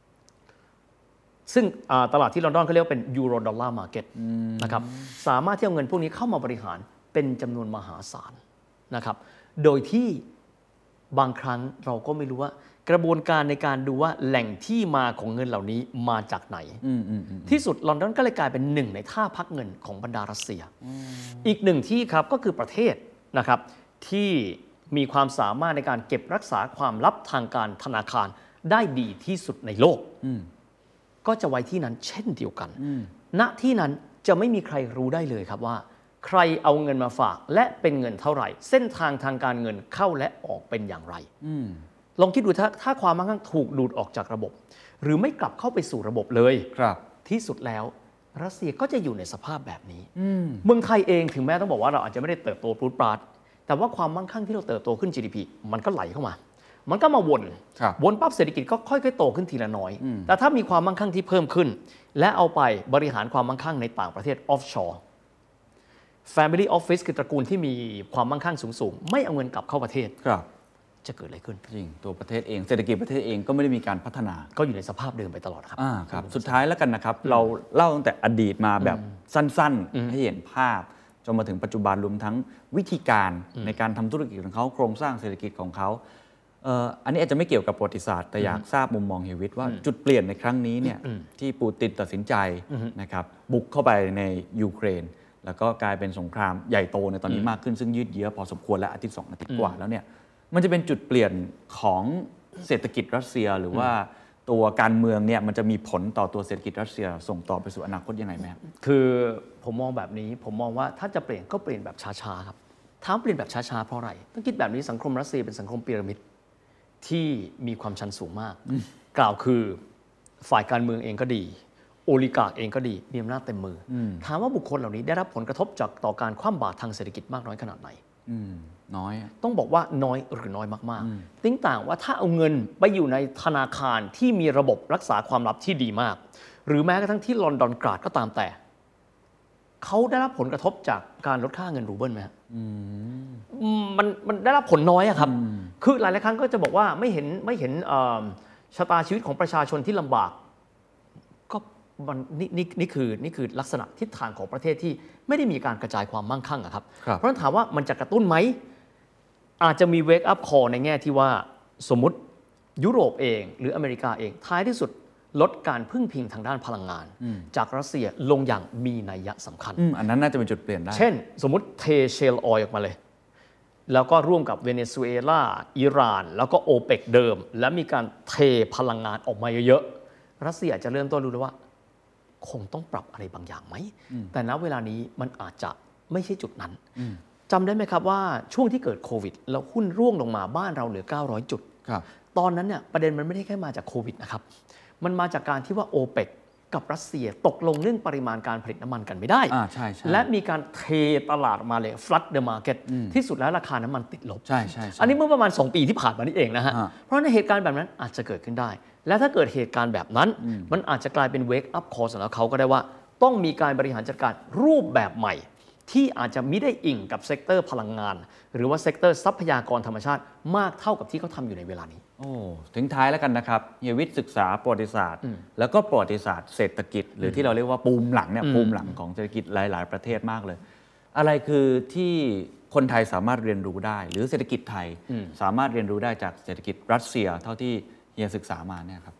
Speaker 3: ซึ่งตลาดที่ลอนดอนเขาเรียกว่าเป็นยูโรดอลลาร์มาร์เก็ตนะครับสามารถที่เอาเงินพวกนี้เข้ามาบริหารเป็นจำนวนมหาศาลนะครับโดยที่บางครั้งเราก็ไม่รู้ว่ากระบวนการในการดูว่าแหล่งที่มาของเงินเหล่านี้มาจากไหนที่สุดลอนดอนก็เลยกลายเป็นหนึ่งในท่าพักเงินของบรรดารัสเซียอีกหนึ่งที่ครับก็คือประเทศนะครับที่มีความสามารถในการเก็บรักษาความลับทางการธนาคารได้ดีที่สุดในโลกก็จะไว้ที่นั้นเช่นเดียวกันณที่นั้นจะไม่มีใครรู้ได้เลยครับว่าใครเอาเงินมาฝากและเป็นเงินเท่าไหร่เส้นทางทางการเงินเข้าและออกเป็นอย่างไรลองคิดดูถ้าความมั่งคั่งถูกดูดออกจากระบบหรือไม่กลับเข้าไปสู่ระบบเลยที่สุดแล้วรัสเซียก็จะอยู่ในสภาพแบบนี้เมืองไทยเองถึงแม้ต้องบอกว่าเราอาจจะไม่ได้เติบโตปรูดปราดแต่ว่าความมั่งคั่งที่เราเติบโตขึ้น GDP มันก็ไหลเข้ามามันก็มาวนปั๊บเศรษฐกิจก็ค่อยๆโตขึ้นทีละน้อยแต่ถ้ามีความมั่งคั่งที่เพิ่มขึ้นและเอาไปบริหารความมั่งคั่งในต่างประเทศ offshore Family Office คือตระกูลที่มีความมั่งคั่งสูงๆไม่เอาเงินกลับเข้าประเทศจะเกิดอะไรขึ้น
Speaker 2: จริงตัวประเทศเองเศรษฐกิจประเทศเองก็ไม่ได้มีการพัฒนา
Speaker 3: ก็อยู่ในสภาพเดิมไปตลอดครับ
Speaker 2: สุดท้ายแล้วกันนะครับเราเล่าตั้งแต่อดีตมาแบบสั้นๆให้เห็นภาพจนมาถึงปัจจุบันรวมทั้งวิธีการในการทำธุรกิจของเขาโครงสร้างเศรษฐกิจของเขาอันนี้อาจจะไม่เกี่ยวกับประวัติศาสตร์แต่อยากทราบมุมมองเฮียวิทย์ว่าจุดเปลี่ยนในครั้งนี้เนี่ยที่ปูตินตัดสินใจนะครับบุกเข้าไปในยูเครนแล้วก็กลายเป็นสงครามใหญ่โตในตอนนี้มากขึ้นซึ่งยืดเยื้อพอสมควรและอาทิตย์2 อาทิตย์กว่าแล้วเนี่ยมันจะเป็นจุดเปลี่ยนของเศรษฐกิจรัสเซียหรือว่าตัวการเมืองเนี่ยมันจะมีผลต่อตัวเศรษฐกิจรัสเซียส่งต่อไปสู่อนาคตยังไงไหมครับ
Speaker 3: คือผมมองแบบนี้ผมมองว่าถ้าจะเปลี่ยนก็เปลี่ยนแบบช้าๆครับถามเปลี่ยนแบบช้าๆเพราะอะไรต้องคิดแบบนี้สังคมรัสเซียเป็นสังคมพีระมิดที่มีความชันสูงมากกล่าวคือฝ่ายการเมืองเองก็ดีโอลิการ์คเองก็ดีมีอำนาจเต็มมือถามว่าบุคคลเหล่านี้ได้รับผลกระทบจากต่อการคว่ำบาตรทางเศรษฐกิจมากน้อยขนาดไหน
Speaker 2: น้อย
Speaker 3: ต้องบอกว่าน้อยหรือน้อยมากๆติ้งต่างว่าถ้าเอาเงินไปอยู่ในธนาคารที่มีระบบรักษาความลับที่ดีมากหรือแม้กระทั่งที่ลอนดอนการ์ดก็ตามแต่เขาได้รับผลกระทบจากการลดค่าเงินรูเบิลไหมมันได้รับผลน้อยครับคือหลายๆครั้งก็จะบอกว่าไม่เห็นชะตาชีวิตของประชาชนที่ลำบากก็นี่คือลักษณะทิศทางของประเทศที่ไม่ได้มีการกระจายความมั่งคั่งครับเพราะฉะนั้นถามว่ามันจะกระตุ้นไหมอาจจะมี wake up call ในแง่ที่ว่าสมมุติยุโรปเองหรืออเมริกาเองท้ายที่สุดลดการพึ่งพิงทางด้านพลังงานจากรัสเซียลงอย่างมีนัยสำคัญ
Speaker 2: อันนั้นน่าจะเป็นจุดเปลี่ยนได้
Speaker 3: เช่นสมมุติเทเชลออยล์ออกมาเลยแล้วก็ร่วมกับเวเนซุเอลาอิหร่านแล้วก็โอเปกเดิมและมีการเทพลังงานออกมาเยอะๆรัสเซียจะเริ่มต้นรู้แล้วว่าคงต้องปรับอะไรบางอย่างไหมแต่ณเวลานี้มันอาจจะไม่ใช่จุดนั้นจำได้ไหมครับว่าช่วงที่เกิดโควิดแล้วหุ้นร่วงลงมาบ้านเราเหลือ900 จุดตอนนั้นเนี่ยประเด็นมันไม่ได้แค่มาจากโควิดนะครับมันมาจากการที่ว่าโอเปกกับรัสเซียตกลงเรื่องปริมาณการผลิตน้ำมันกันไม่ได้
Speaker 2: ใช่
Speaker 3: และมีการเทตลาดมาเลย flood the market ที่สุดแล้วราคาน้ำมันติดลบ
Speaker 2: ใช่
Speaker 3: อันนี้เมื่อประมาณ2 ปีที่ผ่านมานี่เองนะฮะเพราะในเหตุการณ์แบบนั้นอาจจะเกิดขึ้นได้และถ้าเกิดเหตุการณ์แบบนั้นมันอาจจะกลายเป็น wake up call สำหรับเขาก็ได้ว่าต้องมีการบริหารจัดการรูปแบบใหม่ที่อาจจะไม่ได้อิงกับเซกเตอร์พลังงานหรือว่าเซกเตอร์ทรัพยากรธรรมชาติมากเท่ากับที่เขาทำอยู่ในเวลานี้
Speaker 2: ถึงท้ายแล้วกันนะครับเฮียวิทย์ศึกษาประวัติศาสตร์แล้วก็ประวัติศาสตร์เศรษฐกิจหรือที่เราเรียกว่าปูมหลังเนี่ยปูมหลังของเศรษฐกิจหลายๆประเทศมากเลยอะไรคือที่คนไทยสามารถเรียนรู้ได้หรือเศรษฐกิจไทยสามารถเรียนรู้ได้จากเศรษฐกิจรัสเซียเท่าที่เฮียศึกษามาเนี่ยครับ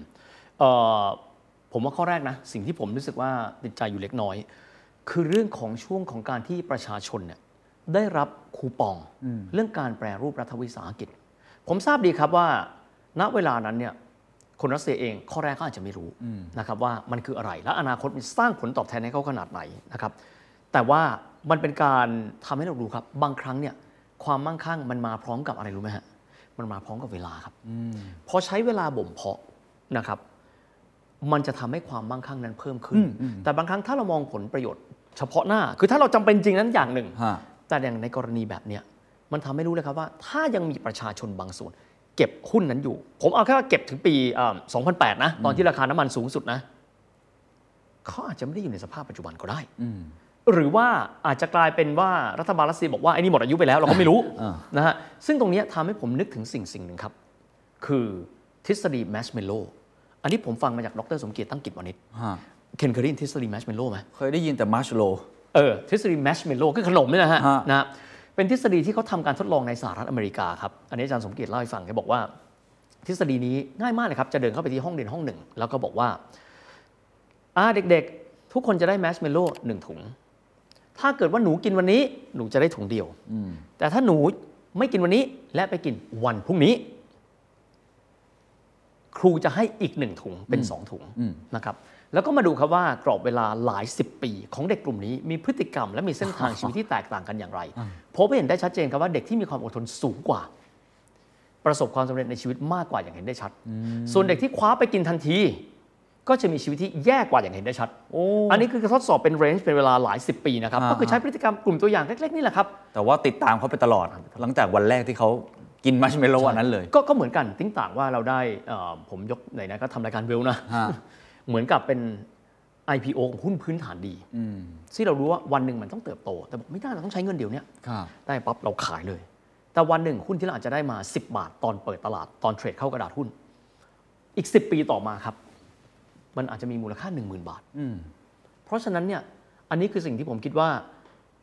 Speaker 3: ผมว่าข้อแรกนะสิ่งที่ผมรู้สึกว่าติดใจอยู่เล็กน้อยคือเรื่องของช่วงของการที่ประชาชนเนี่ยได้รับคูปองเรื่องการแปรรูปรัฐวิสาหกิจผมทราบดีครับว่าณเวลานั้นเนี่ยคนรัสเซียเองข้อแรกก็อาจจะไม่รู้นะครับว่ามันคืออะไรและอนาคตมันสร้างผลตอบแทนให้เขาขนาดไหนนะครับแต่ว่ามันเป็นการทำให้เรารู้ครับบางครั้งเนี่ยความมั่งคั่งมันมาพร้อมกับอะไรรู้ไหมฮะมันมาพร้อมกับเวลาครับพอใช้เวลาบ่มเพาะนะครับมันจะทำให้ความมั่งคั่งนั้นเพิ่มขึ้นแต่บางครั้งถ้าเรามองผลประโยชน์เฉพาะหน้าคือถ้าเราจำเป็นจริงนั้นอย่างหนึ่งแต่อย่างในกรณีแบบเนี้ยมันทำให้รู้เลยครับว่าถ้ายังมีประชาชนบางส่วนเก็บหุ้นนั้นอยู่ผมเอาแค่ว่าเก็บถึงปี2008นะตอนที่ราคาน้ำมันสูงสุดนะเขาอาจจะไม่ได้อยู่ในสภาพปัจจุบันก็ได้หรือว่าอาจจะกลายเป็นว่ารัฐบาลรัสเซียบอกว่าไอ้นี่หมดอายุไปแล้วเราก็ไม่รู้นะฮะซึ่งตรงนี้ทำให้ผมนึกถึงสิ่งหนึ่งครับคือทฤษฎีแมชเมลโล่อันนี้ผมฟังมาจากดร.สมเกียรติตั้งกิจวณิชเคนเคยได้ยินทฤษฎีแมชเมลโล่ไหม
Speaker 2: เคยได้ยินแต่มัชโล
Speaker 3: ทฤษฎีแมชเมลโล่คือขนมนี่นะฮะเป็นทฤษฎีที่เขาทำการทดลองในสหรัฐอเมริกาครับอันนี้อาจารย์สมเกียรติเล่าให้ฟังเขาบอกว่าทฤษฎีนี้ง่ายมากเลยครับจะเดินเข้าไปที่ห้องเรียนห้องหนึ่งแล้วก็บอกว่าเด็กๆทุกคนจะได้แมชเมลโล่1 ถุงถ้าเกิดว่าหนูกินวันนี้หนูจะได้ถุงเดียวแต่ถ้าหนูไม่กินวันนี้และไปกินวันพรุ่งนี้ครูจะให้อีก1 ถุงเป็น2 ถุงนะครับแล้วก็มาดูครับว่ากรอบเวลาหลาย10 ปีของเด็กกลุ่มนี้มีพฤติกรรมและมีเส้นทางชีวิตที่แตกต่างกันอย่างไรพบเห็นได้ชัดเจนครับว่าเด็กที่มีความอดทนสูงกว่าประสบความสำเร็จในชีวิตมากกว่าอย่างเห็นได้ชัดส่วนเด็กที่คว้าไปกินทันทีก็จะมีชีวิตที่แย่กว่าอย่างเห็นได้ชัดอันนี้คือทดสอบเป็นเรนจ์เป็นเวลาหลาย10 ปีนะครับก็คือใช้พฤติกรรมกลุ่มตัวอย่างเล็กๆนี่แหละครับ
Speaker 2: แต่ว่าติดตามเขาไปตลอดหลังจากวันแรกที่เขากินมัชเมลโล่อันนั้นเลย
Speaker 3: ก็เหมือนกันติ้งต่างว่าเราได้ผมยกไหนนะก็ทำรายการเวลนะเหมือนกับเป็น IPO ของหุ้นพื้นฐานดีที่เรารู้ว่าวันหนึ่งมันต้องเติบโตแต่บอกไม่ได้เราต้องใช้เงินเดี๋ยวนี้ได้ปั๊บเราขายเลยแต่วันหนึ่งหุ้นที่เราอาจจะได้มา10 บาทตอนเปิดตลาดตอนเทรดเข้ากระดาษหุ้นอีก10 ปีต่อมาครับมันอาจจะมีมูลค่า 10,000 บาทเพราะฉะนั้นเนี่ยอันนี้คือสิ่งที่ผมคิดว่า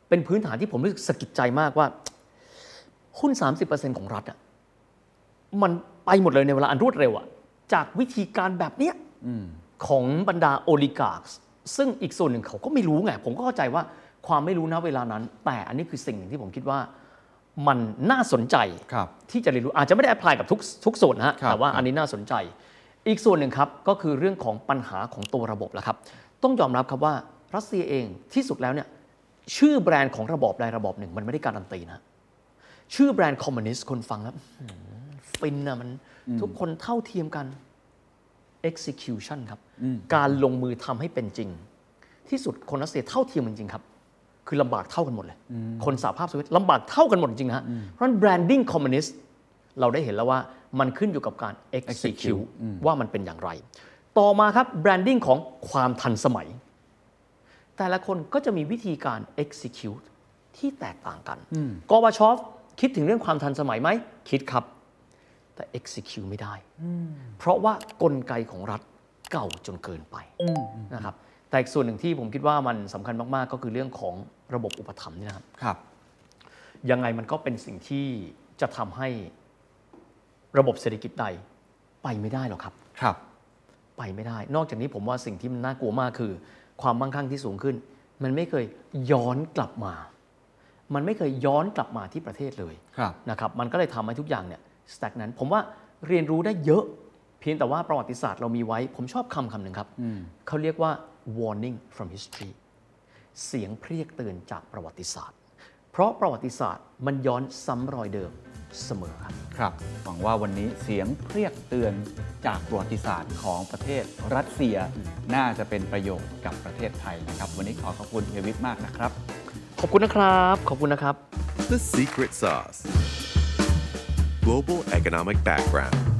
Speaker 3: เป็นพื้นฐานที่ผมรู้สึกสะกิดใจมากว่าหุ้น 30% ของรัฐอ่ะมันไปหมดเลยในเวลาอันรวดเร็วอ่ะจากวิธีการแบบเนี้ยของบรรดาโอลิการ์คซึ่งอีกส่วนหนึ่งเขาก็ไม่รู้ไงผมก็เข้าใจว่าความไม่รู้ณเวลานั้นแต่อันนี้คือสิ่งหนึ่งที่ผมคิดว่ามันน่าสนใจที่จะเรียนรู้อาจจะไม่ได้แอพพลายกับทุกส่วนนะฮะแต่ว่าอันนี้น่าสนใจอีกส่วนหนึ่งครับก็คือเรื่องของปัญหาของตัวระบบแล้วครับต้องยอมรับครับว่ารัสเซียเองที่สุดแล้วเนี่ยชื่อแบรนด์ของระบอบใดระบอบหนึ่งมันไม่ได้การันตีนะชื่อแบรนด์คอมมิวนิสต์คนฟังแล้วฟินนะมันทุกคนเท่าเทียมกัน execution ครับการลงมือทำให้เป็นจริงที่สุดคนรัสเซียเท่าเทียมจริงๆครับคือลำบากเท่ากันหมดเลยคนสหภาพโซเวียตลำบากเท่ากันหมดจริงๆนะฮะเพราะฉะนั้น branding communist เราได้เห็นแล้วว่ามันขึ้นอยู่กับการ execute ว่ามันเป็นอย่างไรต่อมาครับ branding ของความทันสมัยแต่ละคนก็จะมีวิธีการ execute ที่แตกต่างกันกอร์บาชอฟคิดถึงเรื่องความทันสมัยไหมคิดครับแต่ execute ไม่ได้เพราะว่ากลไกของรัฐเก่าจนเกินไปนะครับแต่อีกส่วนหนึ่งที่ผมคิดว่ามันสำคัญมากๆก็คือเรื่องของระบบอุปถัมภ์นี่นะครับยังไงมันก็เป็นสิ่งที่จะทำให้ระบบเศรษฐกิจใดไปไม่ได้หรอกครับไปไม่ได้นอกจากนี้ผมว่าสิ่งที่มันน่ากลัวมากคือความมั่งคั่งที่สูงขึ้นมันไม่เคยย้อนกลับมาที่ประเทศเลยนะครับมันก็เลยทำให้ทุกอย่างเนี่ยสแต็กนั้นผมว่าเรียนรู้ได้เยอะเพียงแต่ว่าประวัติศาสตร์เรามีไว้ผมชอบคำหนึ่งครับเขาเรียกว่า warning from history เสียงเพรียกเตือนจากประวัติศาสตร์เพราะประวัติศาสตร์มันย้อนซ้ำรอยเดิมเสมอ
Speaker 2: ครับหวังว่าวันนี้เสียงเรียกเตือนจากประวัติศาสตร์ของประเทศรัสเซียน่าจะเป็นประโยชน์กับประเทศไทยนะครับวันนี้ขอบคุณเฮียวิทย์มากนะครับ
Speaker 3: ขอบคุณนะครับขอบคุณนะครับ
Speaker 1: The Secret Sauce Global Economic Background